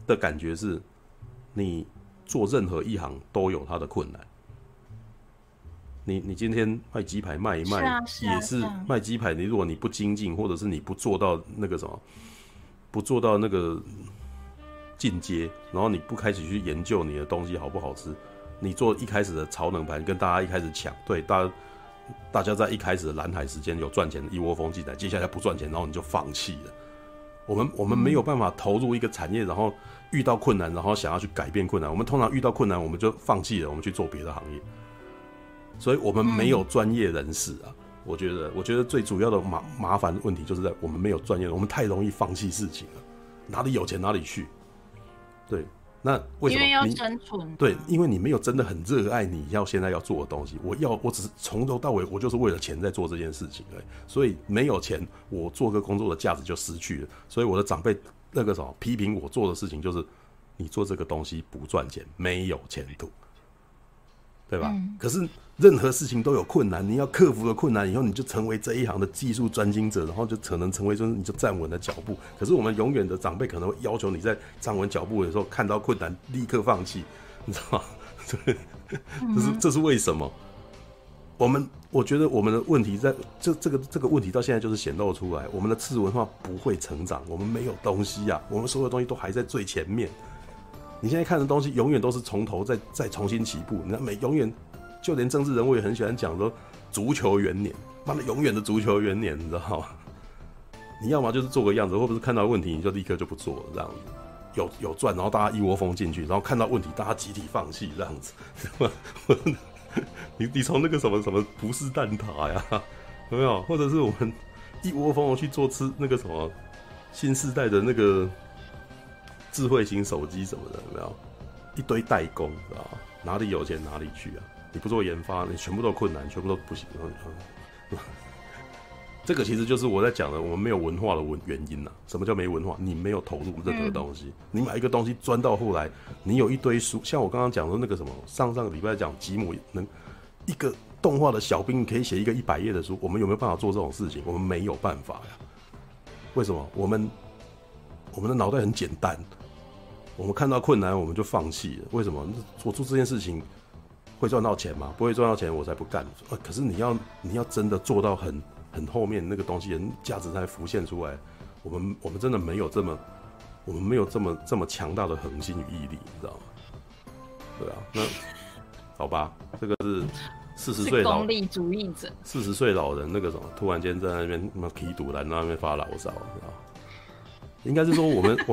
的感觉是，你做任何一行都有它的困难。你今天卖鸡排卖一卖，也是卖鸡排。如果你不精进，或者是你不做到那个什么，不做到那个进阶，然后你不开始去研究你的东西好不好吃，你做一开始的超能盘，跟大家一开始抢，对大家在一开始的蓝海时间有赚钱的一窝蜂进来，接下来不赚钱，然后你就放弃了。我们没有办法投入一个产业，然后遇到困难，然后想要去改变困难。我们通常遇到困难，我们就放弃了，我们去做别的行业。所以我们没有专业人士啊。我觉得最主要的麻烦问题就是在我们没有专业的，我们太容易放弃事情了，哪里有钱哪里去。对，那为什么？因为要生存。 对，因为你没有真的很热爱你现在要做的东西。我只是从头到尾我就是为了钱在做这件事情而已。所以没有钱，我做个工作的价值就失去了。所以我的长辈那个什么批评我做的事情就是，你做这个东西不赚钱，没有前途。对吧？可是任何事情都有困难，你要克服了困难以后，你就成为这一行的技术专精者，然后就可能成为你就站稳了脚步。可是我们永远的长辈可能会要求你在站稳脚步的时候，看到困难立刻放弃，你知道吗？这是为什么？我觉得我们的问题在这个问题到现在就是显露出来，我们的次文化不会成长，我们没有东西啊，我们所有东西都还在最前面。你现在看的东西永远都是从头再重新起步，你看永远，就连政治人物也很喜欢讲说足球元年，妈的永远的足球元年，你知道吗？你要么就是做个样子，或者是看到问题你就立刻就不做了这样子，有赚，然后大家一窝蜂进去，然后看到问题大家集体放弃这样子，你从那个什么葡式蛋挞呀，有没有？或者是我们一窝蜂的去做吃那个什么新世代的那个智慧型手机什么的，有没有？一堆代工，知道吗？哪里有钱哪里去啊！你不做研发，你全部都困难，全部都不行。这个其实就是我在讲的，我们没有文化的原因啊。什么叫没文化？你没有投入任何东西，你买一个东西钻到后来，你有一堆书，像我刚刚讲的那个什么，上个礼拜讲吉姆能一个动画的小兵可以写一个100页的书，我们有没有办法做这种事情？我们没有办法呀。为什么？我们的脑袋很简单，我们看到困难我们就放弃了。为什么？我做这件事情会赚到钱吗？不会赚到钱我才不干。可是你要真的做到很后面那个东西，价值才浮现出来。我们真的没有这么强大的恒心与毅力，你知道吗？对啊，那好吧，这个是40岁功利主义者 ，40岁老人那个什么，突然间在那边批赌栏，在那边发牢骚，知道吗？应该是说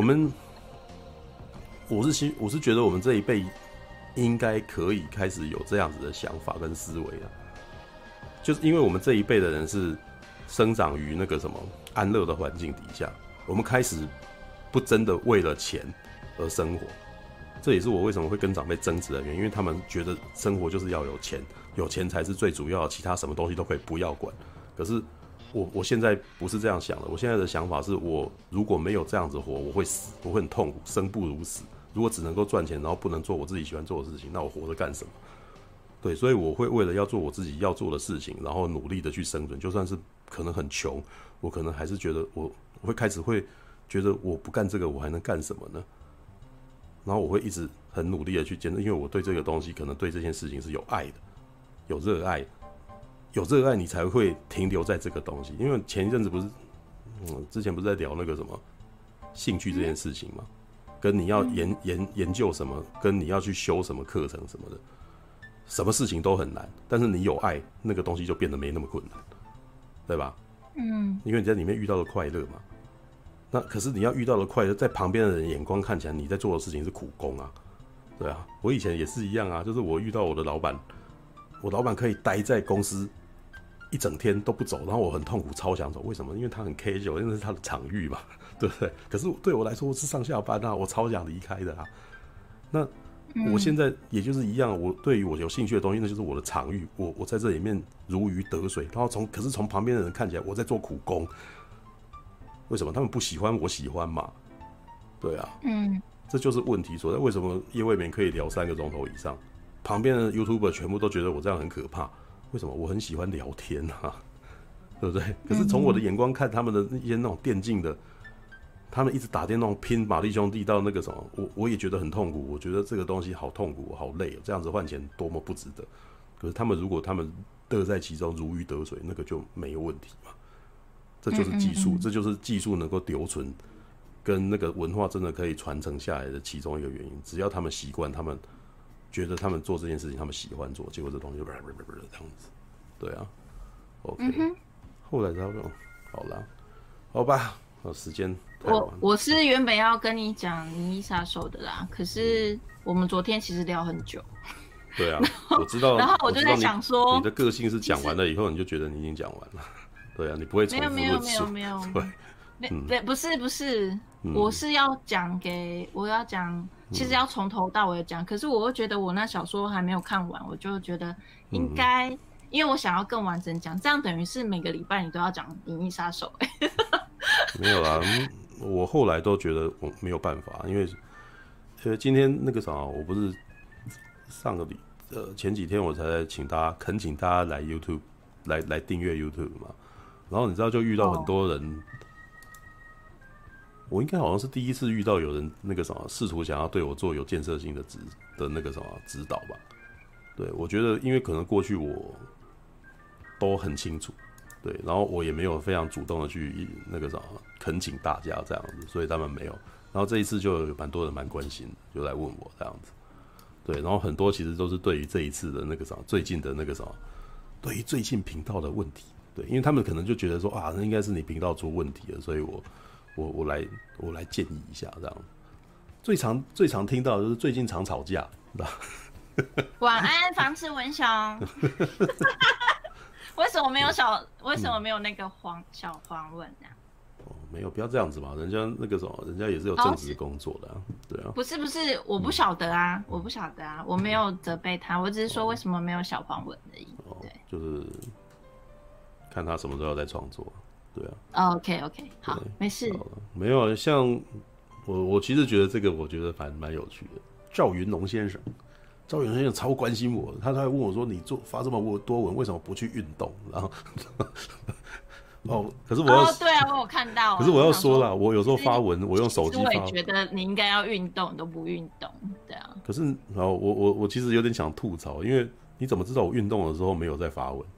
我是觉得我们这一辈应该可以开始有这样子的想法跟思维啊，就是因为我们这一辈的人是生长于那个什么安乐的环境底下，我们开始不真的为了钱而生活，这也是我为什么会跟长辈争执的原因，因为他们觉得生活就是要有钱，有钱才是最主要的，其他什么东西都可以不要管。可是我现在不是这样想的，我现在的想法是我如果没有这样子活，我会死，我会很痛苦，生不如死。如果只能够赚钱，然后不能做我自己喜欢做的事情，那我活着干什么？对，所以我会为了要做我自己要做的事情，然后努力的去生存，就算是可能很穷，我可能还是觉得我会开始会觉得我不干这个我还能干什么呢？然后我会一直很努力的去坚持，因为我对这个东西可能对这件事情是有爱的，有热爱。有热爱你才会停留在这个东西，因为前一阵子不是，之前不是在聊那个什么兴趣这件事情吗？跟你要研究什么，跟你要去修什么课程什么的，什么事情都很难，但是你有爱，那个东西就变得没那么困难，对吧？因为你在里面遇到了快乐嘛。那可是你要遇到的快乐，在旁边的人眼光看起来你在做的事情是苦工啊，对啊，我以前也是一样啊，就是我遇到我老板可以待在公司一整天都不走，然后我很痛苦，超想走。为什么？因为他很 casual， 因为是他的场域嘛，对不对？可是对我来说，我是上下班啊，我超想离开的啊。那我现在也就是一样，我对于我有兴趣的东西，那就是我的场域，我在这里面如鱼得水。然后可是从旁边的人看起来，我在做苦工。为什么？他们不喜欢，我喜欢嘛？对啊，这就是问题所在。为什么叶未眠可以聊3个钟头以上？旁边的 YouTuber 全部都觉得我这样很可怕。为什么？我很喜欢聊天啊，对不对？可是从我的眼光看，他们的一些那种电竞的， 他们一直打电动拼玛丽兄弟到那个什么，我也觉得很痛苦。我觉得这个东西好痛苦，好累，这样子换钱多么不值得。可是如果他们乐在其中，如鱼得水，那个就没有问题嘛。这就是技术，这就是技术能够留存，跟那个文化真的可以传承下来的其中一个原因。只要他们习惯，他们觉得他们做这件事情，他们喜欢做，结果这东西就这样子。对啊 ，OK。后来他说，好啦，好吧，时间太晚了。 我是原本要跟你讲《银翼杀手》的啦，可是我们昨天其实聊很久。 对啊，我知道。 然后我就在想说， 你的个性是讲完了以后，你就觉得你已经讲完了。对啊，你不会重复论述。 没有。对，不是，我是要讲其实要从头到尾讲。可是我又觉得我那小说还没有看完，我就觉得应该，因为我想要更完整讲，这样等于是每个礼拜你都要讲《银翼杀手》 没有啦，我后来都觉得我没有办法，因为今天那个啥，我不是前几天我才恳请大家来 YouTube 来订阅 YouTube 嘛，然后你知道就遇到很多人，我应该好像是第一次遇到有人那个什么试图想要对我做有建设性的那个什么指导吧。对，我觉得因为可能过去我都很清楚，对，然后我也没有非常主动的去那个什么恳请大家这样子，所以他们没有。然后这一次就有蛮多人蛮关心的，就来问我这样子。对，然后很多其实都是对于这一次的那个什么最近的那个什么，对于最近频道的问题，对，因为他们可能就觉得说啊，那应该是你频道出问题了，所以我来建议一下这样。最常听到的就是最近常吵架，知道？ 晚安，房池文雄。为什么没有那个小黄文啊？ 没有，不要这样子嘛，人家那个什么，人家也是有正职工作的啊，对啊。 不是，我不晓得啊，我没有责备他，我只是说为什么没有小黄文而已。对， 就是看他什么时候要再创作，对啊。 OK， 好，没事。 没有，像我其实觉得这个，我觉得蛮有趣的。赵云龙先生超关心我，他还问我说：“你发这么多文，为什么不去运动？”然后。可是我要对啊，我有看到。 可是我要说啦，我有时候发文，我用手机发。 我也觉得你应该要运动，你都不运动，对啊。 可是，我其实有点想吐槽，因为你怎么知道我运动的时候没有在发文？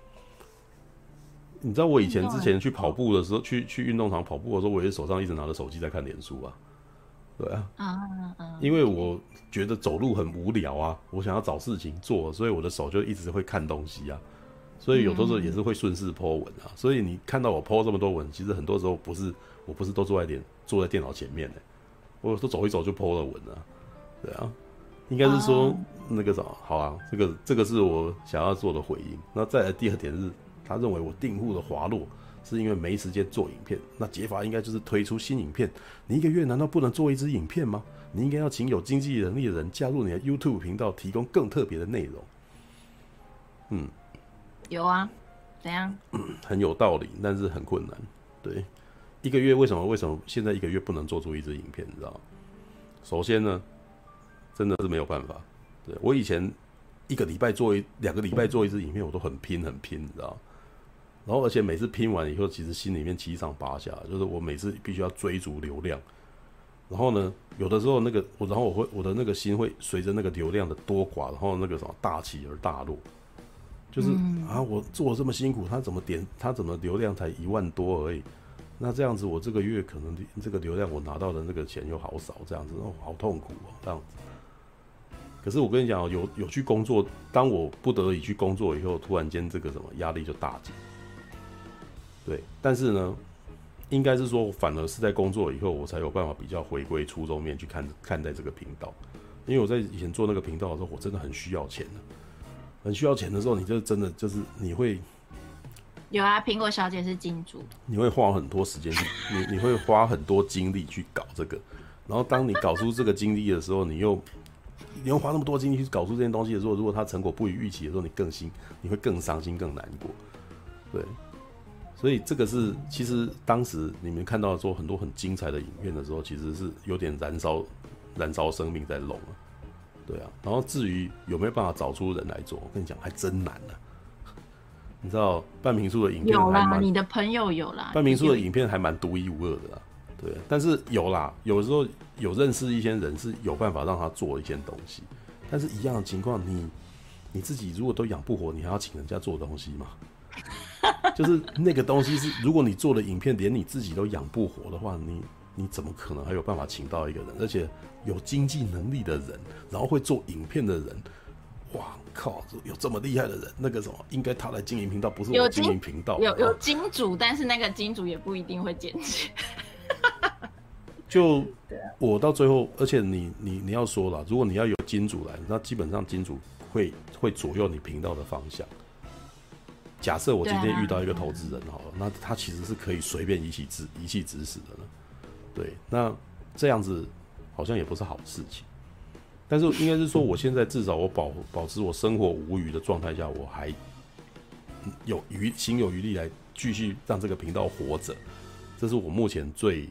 你知道我之前去跑步的时候，去运动场跑步的时候，我也手上一直拿着手机在看脸书啊，对啊。因为我觉得走路很无聊啊，我想要找事情做，所以我的手就一直会看东西啊。所以有的时候也是会顺势 po 文啊，所以你看到我 po 这么多文，其实很多时候我不是都坐在电脑前面的，我有时候走一走就 po 了文啊，对啊，应该是说那个什么，好啊，这个是我想要做的回应。那再来第二点是，他认为我订户的滑落是因为没时间做影片，那解法应该就是推出新影片。你一个月难道不能做一支影片吗？你应该要请有经济能力的人加入你的 YouTube 频道，提供更特别的内容。 有啊，怎样？ 很有道理，但是很困难。对，一个月为什么现在一个月不能做出一支影片？你知道吗？首先呢，真的是没有办法。对，我以前2个礼拜做一支影片，我都很拼，你知道吗？然后而且每次拼完以后，其实心里面七上八下，就是我每次必须要追逐流量。然后呢，有的时候我的那个心会随着那个流量的多寡，然后那个什么大起而大落。就是我做的这么辛苦，他怎么流量才1万多而已？那这样子，我这个月可能这个流量我拿到的那个钱又好少，这样子好痛苦哦，这样子。可是我跟你讲，有去工作，当我不得已去工作以后，突然间这个什么压力就大减。对，但是呢，应该是说，反而是在工作以后，我才有办法比较回归初衷面去看待这个频道。因为我在以前做那个频道的时候，我真的很需要钱的。很需要钱的时候，你就真的就是你会有啊，苹果小姐是金主， 你会花很多时间去，你会花很多精力去搞这个，然后当你搞出这个精力的时候，你又花那么多精力去搞出这件东西的时候，如果它成果不如预期的时候，你会更伤心、更难过，对，所以这个是其实当时你们看到说很多很精彩的影片的时候，其实是有点燃烧生命在弄啊。对啊，然后至于有没有办法找出人来做，我跟你讲，还真难啊。你知道半民宿的影片有啦，你的朋友有啦， 半民宿的影片还蛮独一无二的啦。 对，但是有啦，有时候有认识一些人是有办法让他做一件东西，但是一样的情况，你自己如果都养不活，你还要请人家做东西吗？就是那个东西是，如果你做的影片连你自己都养不活的话，你怎么可能还有办法请到一个人，而且有经济能力的人，然后会做影片的人？哇靠！有这么厉害的人，那个什么，应该他来经营频道，不是我经营频道。 有金主，但是那个金主也不一定会剪辑。 就我到最后，而且你要说了，如果你要有金主来，那基本上金主会左右你频道的方向。假设我今天遇到一个投资人好了，那他其实是可以随便一气指使的呢。对，那这样子好像也不是好事情。但是应该是说，我现在至少我保持我生活无虞的状态下，我还心有余力来继续让这个频道活着，这是我目前最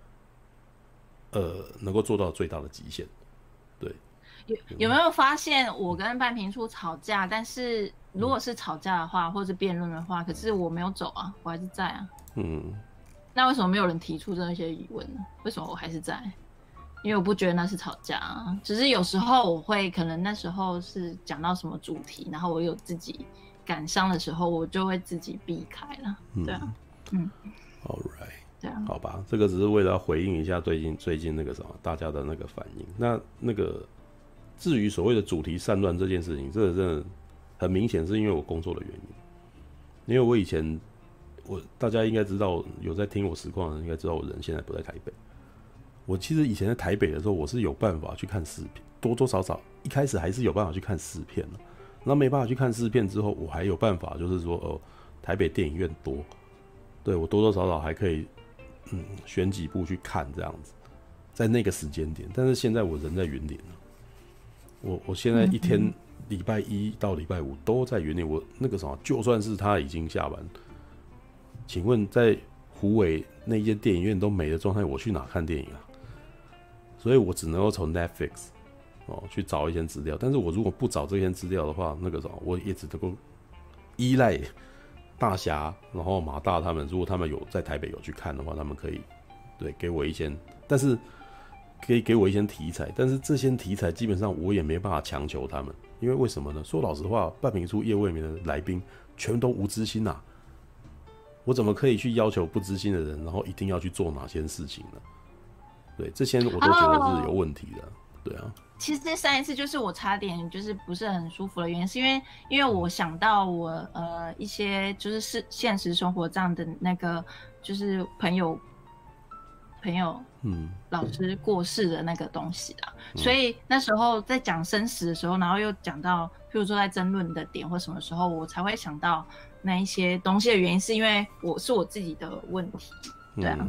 能够做到最大的极限。对， 有没有发现我跟半瓶醋吵架？但是如果是吵架的话，或是辩论的话，可是我没有走啊，我还是在啊。那为什么没有人提出这些疑问呢？为什么我还是在？因为我不觉得那是吵架啊，只是有时候我会可能那时候是讲到什么主题，然后我有自己感伤的时候，我就会自己避开了。对啊 ，All right， 对啊， 好吧，这个只是为了回应一下最近那个什么大家的那个反应。那个至于所谓的主题散乱这件事情，这个真的很明显是因为我工作的原因，因为我以前大家应该知道，有在听我实况的人应该知道我人现在不在台北。我其实以前在台北的时候，我是有办法去看试片，多多少少一开始还是有办法去看试片的。那没办法去看试片之后，我还有办法，就是说台北电影院多，对我多多少少还可以选几部去看这样子，在那个时间点。但是现在我人在云林了，我现在一天礼拜一到礼拜五都在云林，我那个什么，就算是他已经下班，请问在虎尾那间电影院都没的状态，我去哪看电影啊？所以我只能够从 Netflix 去找一些资料，但是我如果不找这些资料的话，那个什么，我也只能够依赖大侠，然后马大他们，如果他们有在台北有去看的话，他们可以对给我一些，但是可以给我一些题材，但是这些题材基本上我也没办法强求他们，因为什么呢？说老实话，半瓶醋夜未眠的来宾全都无知心啊，我怎么可以去要求不知心的人，然后一定要去做哪些事情呢？对，这些我都觉得是有问题的。对啊， 其实上一次就是我差点就是不是很舒服的原因，是因为我想到我一些就是现实生活这样的那个就是朋友老师过世的那个东西啦，所以那时候在讲生死的时候，然后又讲到譬如说在争论的点或什么时候，我才会想到那一些东西的原因，是因为我自己的问题。对啊，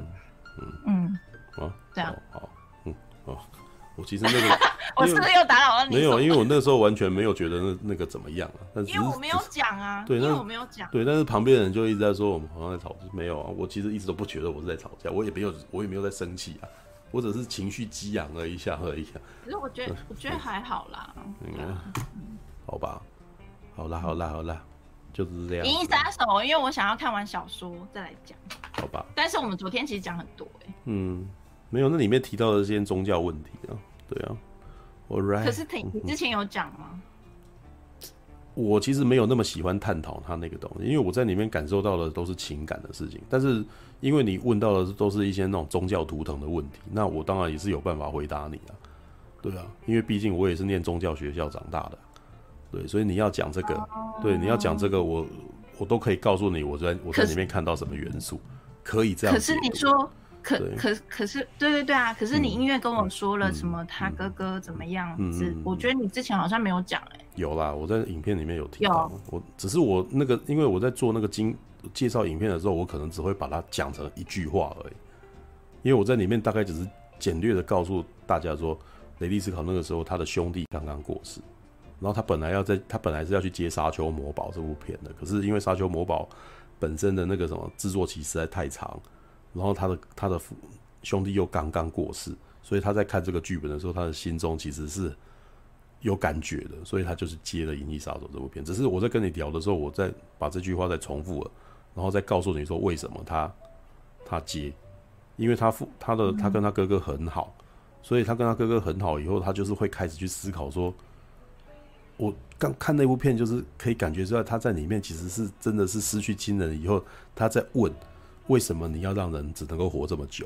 对啊， 好，我其实那个我是不是又打扰了你？ 没有，因为我那时候完全没有觉得那个怎么样啊。但是因为我没有讲啊，对，因为我没有讲。 对，但是旁边的人就一直在说我们好像在吵架，没有啊，我其实一直都不觉得我是在吵架，我也没有在生气啊，我只是情绪激昂了一下而已啊。 可是我觉得还好啦。 好吧，好啦，就是这样。 银翼杀手，因为我想要看完小说再来讲。 好吧。 但是我们昨天其实讲很多没有，那里面提到的这些宗教问题啊，对啊 ，All right。可是你之前有讲吗？ 我其实没有那么喜欢探讨他那个东西，因为我在里面感受到的都是情感的事情。但是因为你问到的都是一些那种宗教图腾的问题，那我当然也是有办法回答你啊，对啊，因为毕竟我也是念宗教学校长大的，对，所以你要讲这个，对，你要讲这个，我都可以告诉你我在里面看到什么元素，可以这样。 可是你说。可是对啊！可是你音乐跟我说了什么？他哥哥怎么样子？我觉得你之前好像没有讲有啦，我在影片里面有提到。只是我那个，因为我在做那个介绍影片的时候，我可能只会把它讲成一句话而已。因为我在里面大概只是简略的告诉大家说，雷利斯考那个时候他的兄弟刚刚过世，然后他本来是要去接《沙丘魔堡》这部片的，可是因为《沙丘魔堡》本身的那个什么制作期实在太长。然后他的兄弟又刚刚过世，所以他在看这个剧本的时候，他的心中其实是有感觉的，所以他就是接了《银翼杀手》这部片。只是我在跟你聊的时候，我再把这句话再重复了，然后再告诉你说为什么他接， 因为他跟他哥哥很好，所以他跟他哥哥很好以后，他就是会开始去思考说，我刚看那部片，就是可以感觉出来他在里面其实是真的是失去亲人以后，他在问为什么你要让人只能够活这么久？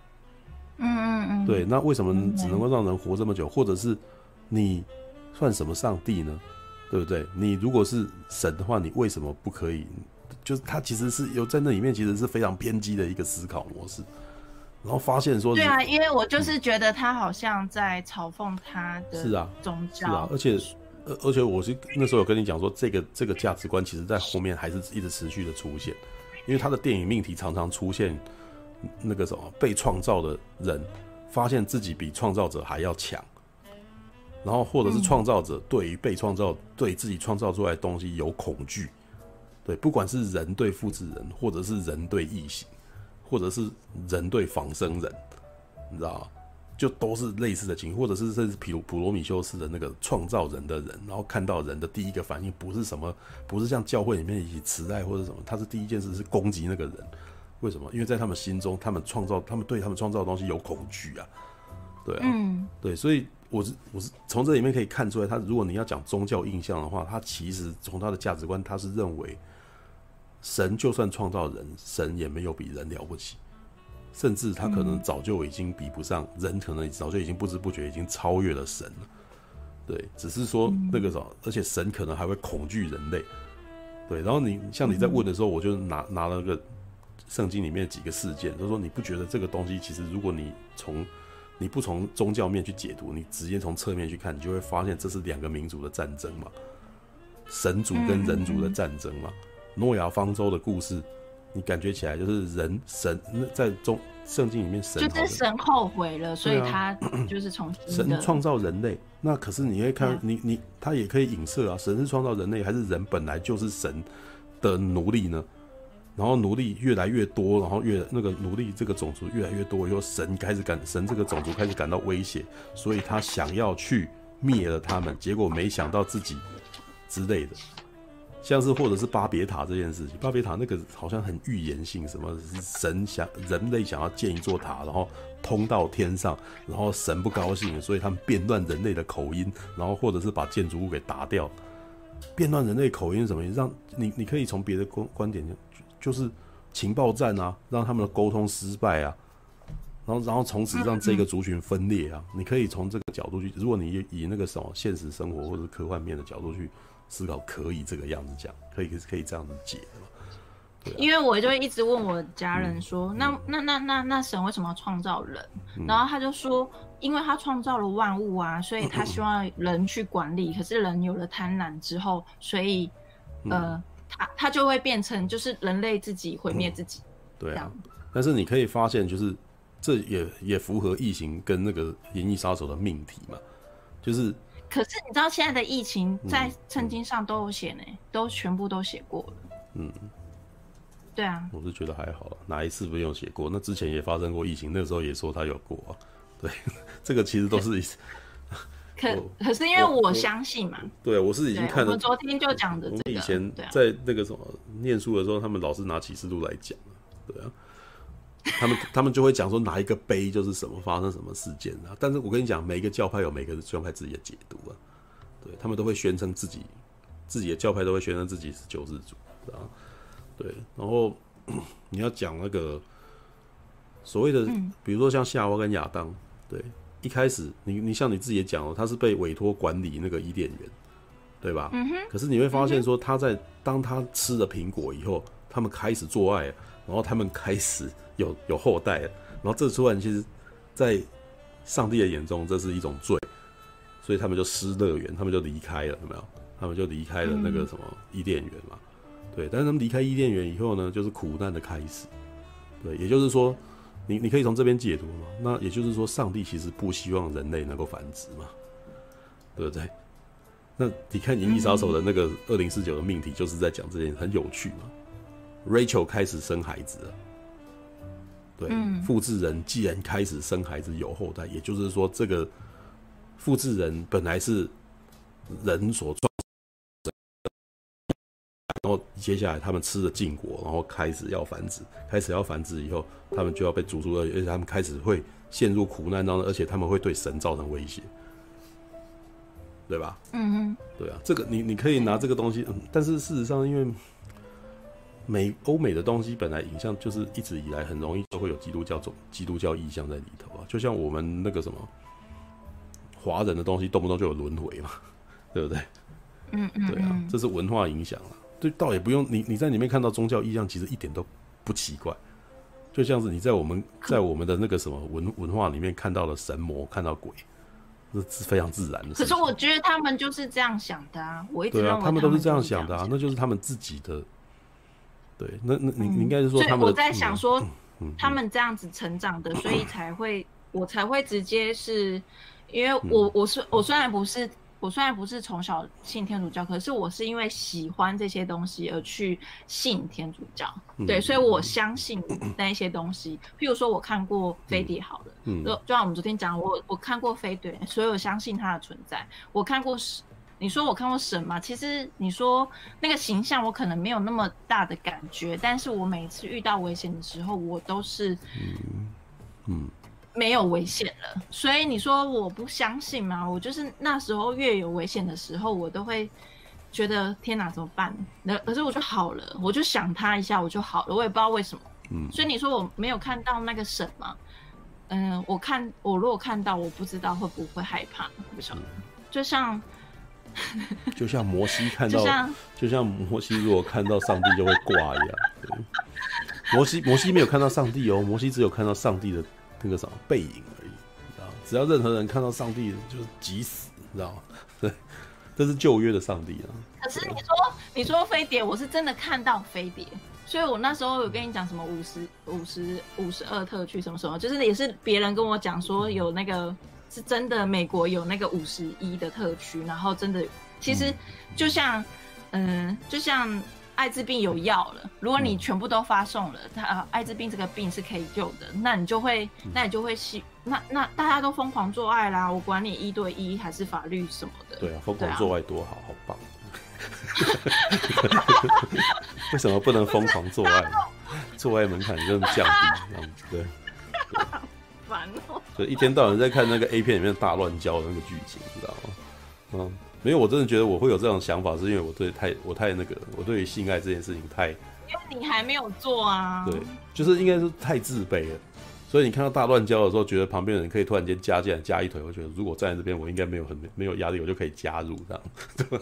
对，那为什么只能够让人活这么久？或者是你算什么上帝呢？对不对？你如果是神的话，你为什么不可以？就是他其实是有在那里面，其实是非常偏激的一个思考模式。然后发现说， 对啊，因为我就是觉得他好像在嘲讽他的宗教， 是啊，而且我是那时候有跟你讲说，这个价值观其实在后面还是一直持续的出现，因为他的电影命题常常出现那个什么被创造的人发现自己比创造者还要强，然后或者是创造者对于被创造对自己创造出来的东西有恐惧，对，不管是人对复制人，或者是人对异形，或者是人对仿生人，你知道吗？就都是类似的情况，或者是甚至普罗米修斯的那个创造人的人，然后看到人的第一个反应不是像教会里面以慈爱或者什么，他是第一件事是攻击那个人。为什么？因为在他们心中，他们对他们创造的东西有恐惧啊，对啊，对，所以我是从这里面可以看出来，他如果你要讲宗教印象的话，他其实从他的价值观，他是认为神就算创造人，神也没有比人了不起，甚至他可能早就已经比不上人，可能早就已经不知不觉已经超越了神了。对，只是说那个什么，而且神可能还会恐惧人类。对，然后像你在问的时候，我就拿了个圣经里面几个事件，就是说你不觉得这个东西其实如果你不从宗教面去解读，你直接从侧面去看，你就会发现这是两个民族的战争嘛，神族跟人族的战争嘛。诺亚方舟的故事，你感觉起来就是神在圣经里面就是神后悔了，所以他就是重新神创造人类。那可是你会看他也可以影射啊，神是创造人类，还是人本来就是神的奴隶呢？然后奴隶越来越多，然后那个奴隶这个种族越来越多以后，神这个种族开始感到威胁，所以他想要去灭了他们，结果没想到自己之类的，像是或者是巴别塔这件事情，巴别塔那个好像很预言性，什么人类想要建一座塔，然后通到天上，然后神不高兴，所以他们变乱人类的口音，然后或者是把建筑物给打掉。变乱人类口音是什么意思？让你可以从别的观点，就是情报战啊，让他们的沟通失败啊，然后从此让这个族群分裂啊。你可以从这个角度去，如果你以那个什么现实生活或者科幻面的角度去思考，可以这个样子讲，可以这样子解的嘛？对啊， 因为我就一直问我家人说，那神为什么要创造人？然后他就说，因为他创造了万物啊，所以他希望人去管理。可是人有了贪婪之后，所以他就会变成就是人类自己毁灭自己。 对啊，但是你可以发现，就是这也符合异形跟那个《银翼杀手》的命题嘛，就是。 可是你知道现在的疫情在圣经上都有写呢，都全部都写过了。对啊， 我是觉得还好啦，哪一次不用写过？那之前也发生过疫情，那个时候也说他有过啊。对，这个其实都是可是因为我相信嘛。 对，我是已经看了。 我们昨天就讲的这个。 我们以前在那个什么念书的时候，他们老师拿启示录来讲，对啊。他们就会讲说哪一个碑就是什么发生什么事件啊，但是我跟你讲，每一个教派有每个教派自己的解读啊，对，他们都会宣称自己的教派都会宣称自己是救世主啊，对，然后你要讲那个所谓的，比如说像夏娃跟亚当，对，一开始你像你自己也讲了，他是被委托管理那个伊甸园，对吧？可是你会发现说当他吃了苹果以后，他们开始做爱了，然后他们开始有后代了，然后这突然其实，在上帝的眼中这是一种罪，所以他们就失乐园，他们就离开了，有没有？他们就离开了那个什么伊甸园嘛，对。但是他们离开伊甸园以后呢，就是苦难的开始，对。也就是说，你可以从这边解读嘛，那也就是说，上帝其实不希望人类能够繁殖嘛，对不对？那你看《银翼杀手》的那个2049的命题，就是在讲这件很有趣嘛。Rachel 开始生孩子了。对，复制人既然开始生孩子有后代，也就是说，这个复制人本来是人所创然后接下来他们吃了禁果，然后开始要繁殖以后，他们就要被逐出，而且他们开始会陷入苦难当中，而且他们会对神造成威胁，对吧？对啊，这个你可以拿这个东西，但是事实上，因为欧美的东西本来影像就是一直以来很容易就会有基督教意象在里头啊，就像我们那个什么华人的东西，动不动就有轮回嘛，对不对？对啊，这是文化影响啊。对，倒也不用你在里面看到宗教意象，其实一点都不奇怪。就像是你在我们的那个什么文化里面看到了神魔，看到鬼，这是非常自然的事情。 可是我觉得他们就是这样想的啊，我一直认为他们都是这样想的啊，那就是他们自己的。对，那你应该是说他们的。 所以我在想说，他们这样子成长的，所以我才会直接是，因为我虽然不是从小信天主教，可是我是因为喜欢这些东西而去信天主教，对，所以我相信那一些东西。譬如说，我看过飞碟，好了，就像我们昨天讲，我看过飞碟，所以我相信它的存在。我看过，你说我看过神嘛？其实你说那个形象，我可能没有那么大的感觉，但是我每次遇到危险的时候，我都是没有危险了，所以你说我不相信吗？我就是那时候越有危险的时候，我都会觉得天哪，怎么办？可是我就好了，我就想他一下，我就好了，我也不知道为什么。所以你说我没有看到那个神吗？我如果看到，我不知道会不会害怕，不晓得。 就像摩西看到，就像摩西如果看到上帝就会挂一样。对，摩西没有看到上帝哦，摩西只有看到上帝的那个什么背影而已，你知道吗？只要任何人看到上帝，就是急死，你知道吗？对，这是旧约的上帝啊。 可是你说飞碟，我是真的看到飞碟，所以我那时候有跟你讲什么52特区什么什么，就是也是别人跟我讲说有那个是真的，美国有那个51的特区，然后真的其实就像艾滋病有药了，如果你全部都发送了，艾滋病这个病是可以救的，那你就会那大家都疯狂做爱啦，我管你1对1还是法律什么的。对啊， 疯狂做爱多好，好棒。为什么不能疯狂做爱？做爱门槛就降低，这样子对。 烦哦！ 就一天到晚在看那个 A 片里面大乱交的那个剧情，你知道吗？没有，我真的觉得我会有这种想法，是因为我太那个，我对于性爱这件事情太，因为你还没有做啊。 对，就是应该是太自卑了，所以你看到大乱交的时候，觉得旁边的人可以突然间加进来加一腿，我觉得如果站在这边，我应该没有压力，我就可以加入这样。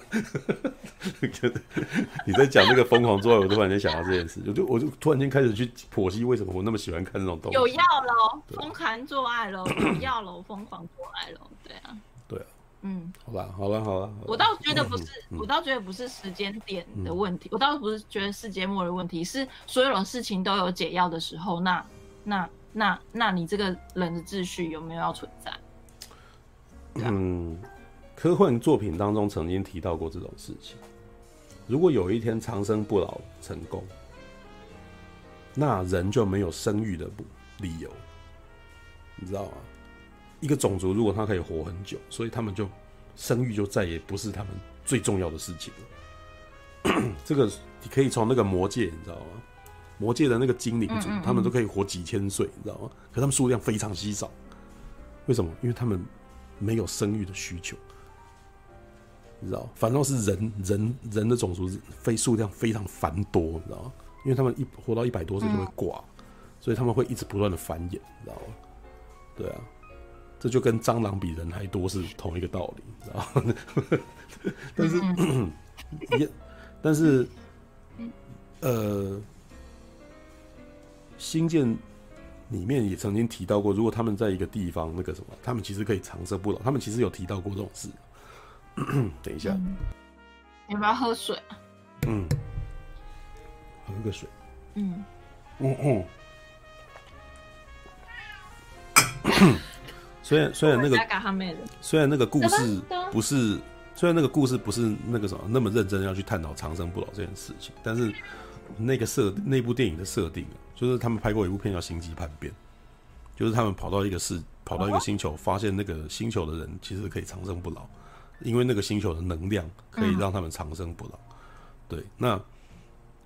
你在讲那个疯狂做爱，我突然间想到这件事，我就突然间开始去剖析为什么我那么喜欢看这种东西。 有药喽，疯狂做爱喽，有药喽，疯狂做爱喽，对啊。 对啊。好了， 我倒觉得不是，我倒觉得不是时间点的问题，我倒不是觉得世界末日的问题，是所有的事情都有解药的时候，那你这个人的秩序有没有要存在？ 科幻作品当中曾经提到过这种事情。如果有一天长生不老成功，那人就没有生育的理由，你知道吗？一个种族如果他可以活很久，所以他们就生育就再也不是他们最重要的事情了。这个你可以从那个魔界，你知道吗？魔界的那个精灵族，他们都可以活几千岁，你知道吗？可他们数量非常稀少，为什么？因为他们没有生育的需求，你知道？反倒是人的种族数量非常繁多，你知道吗？因为他们活到100多岁就会挂，所以他们会一直不断的繁衍，你知道吗？对啊。这就跟蟑螂比人还多是同一个道理，你知道吗？但是星舰里面也曾经提到过，如果他们在一个地方那个什么，他们其实可以长生不老。他们其实有提到过这种事。等一下， 要不要喝水啊？ 喝个水。虽然那个故事不是，虽然那个故事不是那个什么那么认真要去探讨长生不老这件事情，但是那部电影的设定就是他们拍过一部片叫《星际叛变》，就是他们跑到一个星球，发现那个星球的人其实可以长生不老，因为那个星球的能量可以让他们长生不老。对，那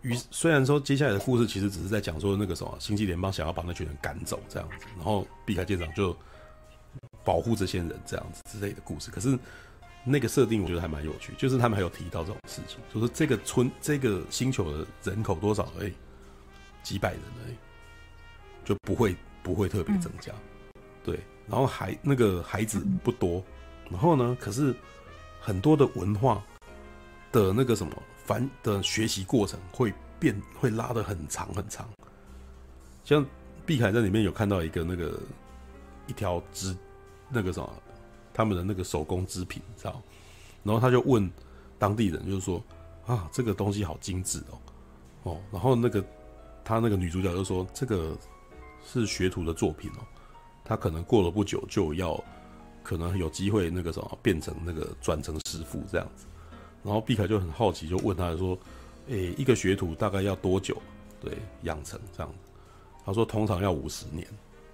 虽然说接下来的故事其实只是在讲说那个什么星际联邦想要把那群人赶走这样子，然后碧凯舰长就保护这些人这样子之类的故事，可是那个设定我觉得还蛮有趣，就是他们还有提到这种事情，就是这个星球的人口多少而已，几百人而已，就不会特别增加，对，然后那个孩子不多，然后呢，可是很多的文化的那个什么的学习过程会拉得很长很长，像碧凯在里面有看到一条那个什么他们的那个手工织品，知道？然后他就问当地人，就是说啊，这个东西好精致哦，然后他那个女主角就说这个是学徒的作品哦，他可能过了不久就要可能有机会那个什么变成那个转成师傅这样子。然后碧凯就很好奇，就问他说：“一个学徒大概要多久？对，养成这样子？”他说：“通常要50年。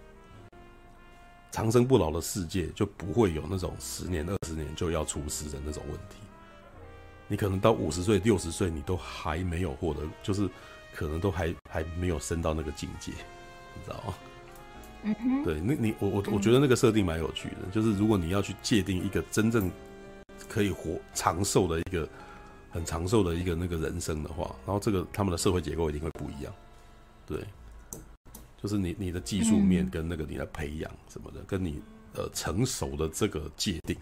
长生不老的世界就不会有那种10年、20年就要出师的那种问题。你可能到50岁、60岁，你都还没有获得，就是可能都还没有升到那个境界，你知道吗？”对，我觉得那个设定蛮有趣的，就是如果你要去界定一个真正可以活长寿的一个很长寿的一个那个人生的话，然后他们的社会结构一定会不一样，对，就是你的技术面跟那个你的培养什么的，跟你成熟的这个界定，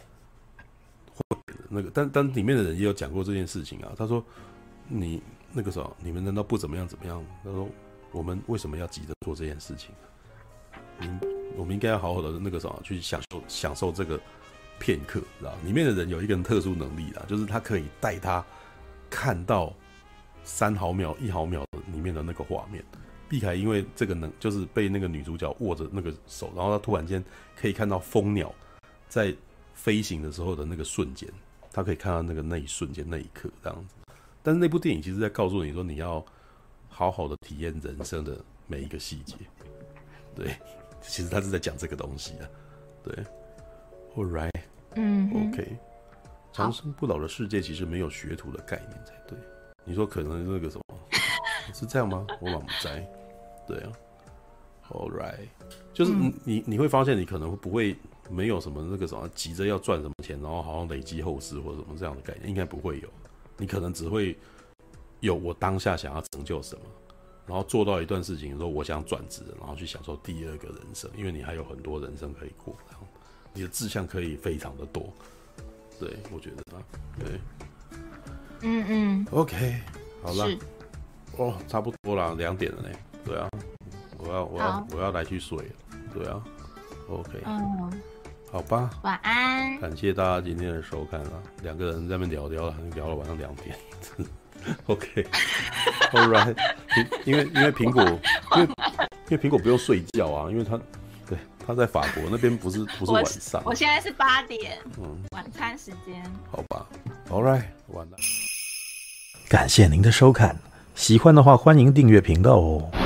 那个但里面的人也有讲过这件事情啊，他说你那个什么，你们难道不怎么样？他说我们为什么要急着做这件事情？我们应该要好好的那个什么去享受这个片刻，知道？里面的人有一个特殊能力啦，就是他可以带他看到3毫秒、1毫秒里面的那个画面。碧凯因为这个就是被那个女主角握着那个手，然后他突然间可以看到蜂鸟在飞行的时候的那个瞬间，他可以看到那一瞬间那一刻这样子。但是那部电影其实在告诉你说，你要好好的体验人生的每一个细节。对，其实他是在讲这个东西啊。对 ，All right，OK， 长生不老的世界其实没有学徒的概念才对。你说可能那个什么是这样吗？我满不在。对啊 ，All right， 就是你会发现你可能不会没有什么那个什么急着要赚什么钱，然后好像累积后世或者什么这样的概念，应该不会有。你可能只会有我当下想要成就什么。然后做到一段事情，说我想转职，然后去享受第二个人生，因为你还有很多人生可以过，然后你的志向可以非常的多。对，我觉得啊，对，OK， 好了，哦，差不多啦，2点了呢。对啊，我要来去睡了。对啊 ，OK，好吧， 晚安， 感谢大家今天的收看啊，2个人在那边聊了晚上2点。OK，All right， 因为苹果，因为苹果不用睡觉啊，因为他在法国那边不是晚上， 我现在是8点，晚餐时间。 好吧 ，All right， 晚安。 感谢您的收看，喜欢的话欢迎订阅频道哦。